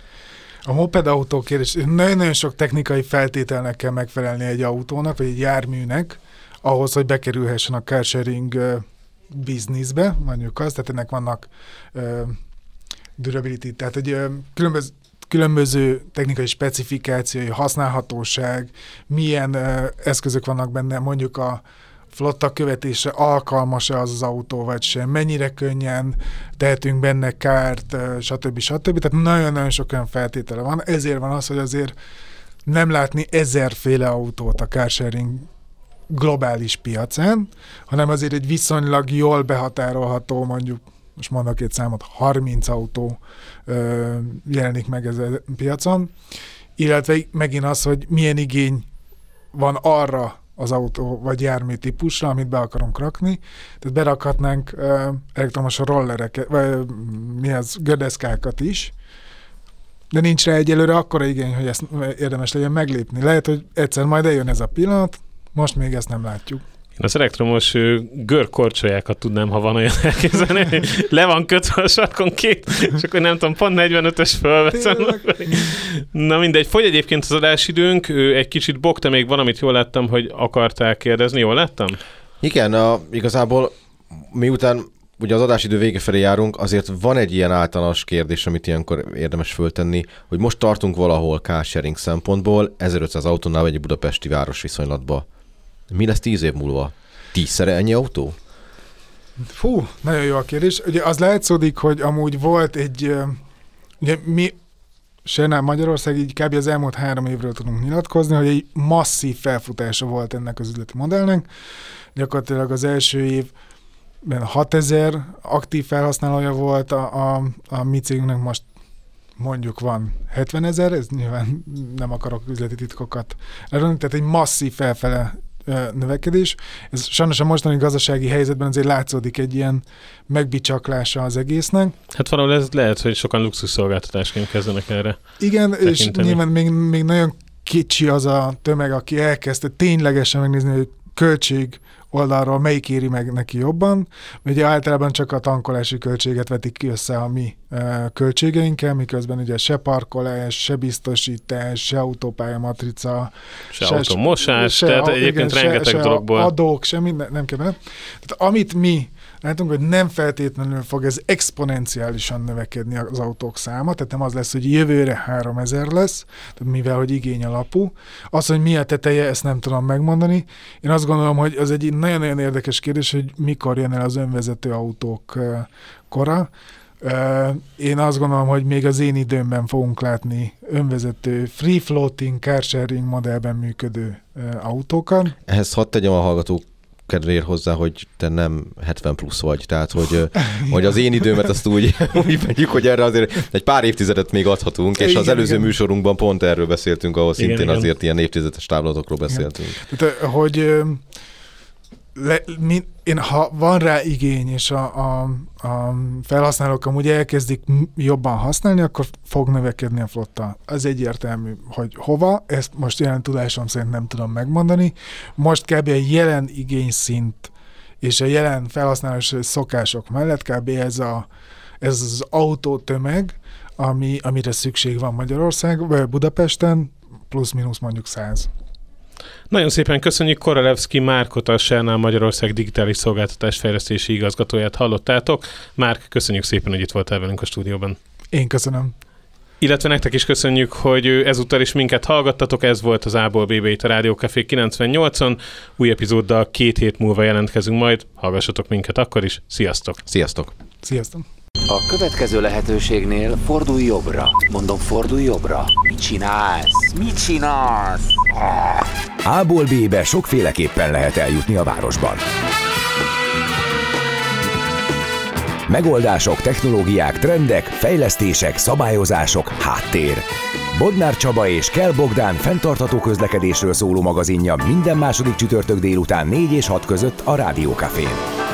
A mopedautó kérdés, nagyon-nagyon sok technikai feltételnek kell megfelelni egy autónak, vagy egy járműnek, ahhoz, hogy bekerülhessen a carsharing uh, bizniszbe, mondjuk azt, tehát ennek vannak uh, durability, tehát egy uh, különböző, különböző technikai specifikációi, használhatóság, milyen uh, eszközök vannak benne, mondjuk a flotta követésre alkalmas-e az az autó, vagy sem, mennyire könnyen tehetünk benne kárt, stb. stb. Tehát nagyon-nagyon sok olyan feltétele van. Ezért van az, hogy azért nem látni ezerféle autót a carsharing globális piacán, hanem azért egy viszonylag jól behatárolható, mondjuk, most mondok egy számot, harminc autó ö, jelenik meg ezen a piacon, illetve megint az, hogy milyen igény van arra az autó vagy jármű típusra, amit be akarunk rakni. Tehát berakhatnánk uh, elektromos rollereket, vagy uh, mi az, gördeszkákat is, de nincs rá egyelőre akkora igény, hogy ezt érdemes legyen meglépni. Lehet, hogy egyszer majd eljön ez a pillanat, most még ezt nem látjuk. Én az elektromos görkorcsolyákat tudnám, ha van olyan elképzelni, le van kötve a sarkon két, és akkor nem tudom, pont negyvenötös fölveszem. Na mindegy, fogy egyébként az adásidőnk, egy kicsit Bog, te még valamit jól láttam, hogy akartál kérdezni, jól láttam? Igen, a, igazából miután ugye az adásidő vége felé járunk, azért van egy ilyen általános kérdés, amit ilyenkor érdemes föltenni, hogy most tartunk valahol carsharing szempontból ezerötszáz autónál vagy egy budapesti városviszonylatba. Mi lesz tíz év múlva? Tízszer ennyi autó? Fú, nagyon jó a kérdés. Ugye az látszódik, hogy amúgy volt egy, ugye mi Sernál Magyarország így kb. Az elmúlt három évről tudunk nyilatkozni, hogy egy masszív felfutása volt ennek az üzleti modellnek. Gyakorlatilag az első évben hatezer aktív felhasználója volt, a, a, a mi cégünknek most mondjuk van hetvenezer, ez nyilván nem akarok üzleti titkokat elrönni, tehát egy masszív felfele növekedés. Ez sajnos a mostani gazdasági helyzetben azért látszódik egy ilyen megbicsaklása az egésznek. Hát valahol ez lehet, hogy sokan luxusszolgáltatásként kezdenek erre Igen, tekinteni. És nyilván még, még nagyon kicsi az a tömeg, aki elkezdte ténylegesen megnézni, hogy költség oldalról melyik éri meg neki jobban. Ugye általában csak a tankolási költséget vetik ki össze a mi e, költségeinkkel, miközben ugye se parkolás, se biztosítás, se autópálya matrica, se, se automosás, se, tehát egyébként igen, rengeteg se, dologból. Se adók, se minden, nem kell benne. Tehát amit mi látunk, hogy nem feltétlenül fog ez exponenciálisan növekedni az autók száma, tehát nem az lesz, hogy jövőre háromezer lesz, tehát mivel, hogy igény alapú. Az, hogy mi a teteje, ezt nem tudom megmondani. Én azt gondolom, hogy az egy nagyon-nagyon érdekes kérdés, hogy mikor jön el az önvezető autók kora. Én azt gondolom, hogy még az én időmben fogunk látni önvezető free floating, carsharing modellben működő autókat. Ehhez hadd tegyem a hallgatók kedvéért hozzá, hogy te nem hetven plusz vagy, tehát hogy, hogy az én időmet azt úgy, úgy vegyük, hogy erre azért egy pár évtizedet még adhatunk, és igen, az előző igen. műsorunkban pont erről beszéltünk, ahol szintén igen, azért igen. ilyen évtizedes távlatokról beszéltünk. Tehát, hogy le, mi, én, ha van rá igény, és a, a, a felhasználók amúgy elkezdik jobban használni, akkor fog növekedni a flotta. Az egyértelmű, hogy hova, ezt most jelen tudásom szerint nem tudom megmondani. Most kb. A jelen igényszint és a jelen felhasználós szokások mellett kb. ez, a, ez az autótömeg, ami, amire szükség van Magyarország, vagy Budapesten, plusz-minusz mondjuk száz. Nagyon szépen köszönjük, Koralevszki Márkot, a Share Magyarország digitális szolgáltatás fejlesztési igazgatóját hallottátok. Márk, köszönjük szépen, hogy itt voltál velünk a stúdióban. Én köszönöm. Illetve nektek is köszönjük, hogy ezúttal is minket hallgattatok, ez volt az A-ból B-be itt a Rádió Café kilencvennyolcon. Új epizóddal két hét múlva jelentkezünk majd, hallgassatok minket akkor is. Sziasztok! Sziasztok! Sziasztok! A következő lehetőségnél fordulj jobbra. Mondom, fordulj jobbra. Mit csinálsz? Mit csinálsz? Ah. A-ból B-be sokféleképpen lehet eljutni a városban. Megoldások, technológiák, trendek, fejlesztések, szabályozások, háttér. Bodnár Csaba és Kell Bogdán fenntartható közlekedésről szóló magazinja minden második csütörtök délután négy és hat között a Rádió Cafén.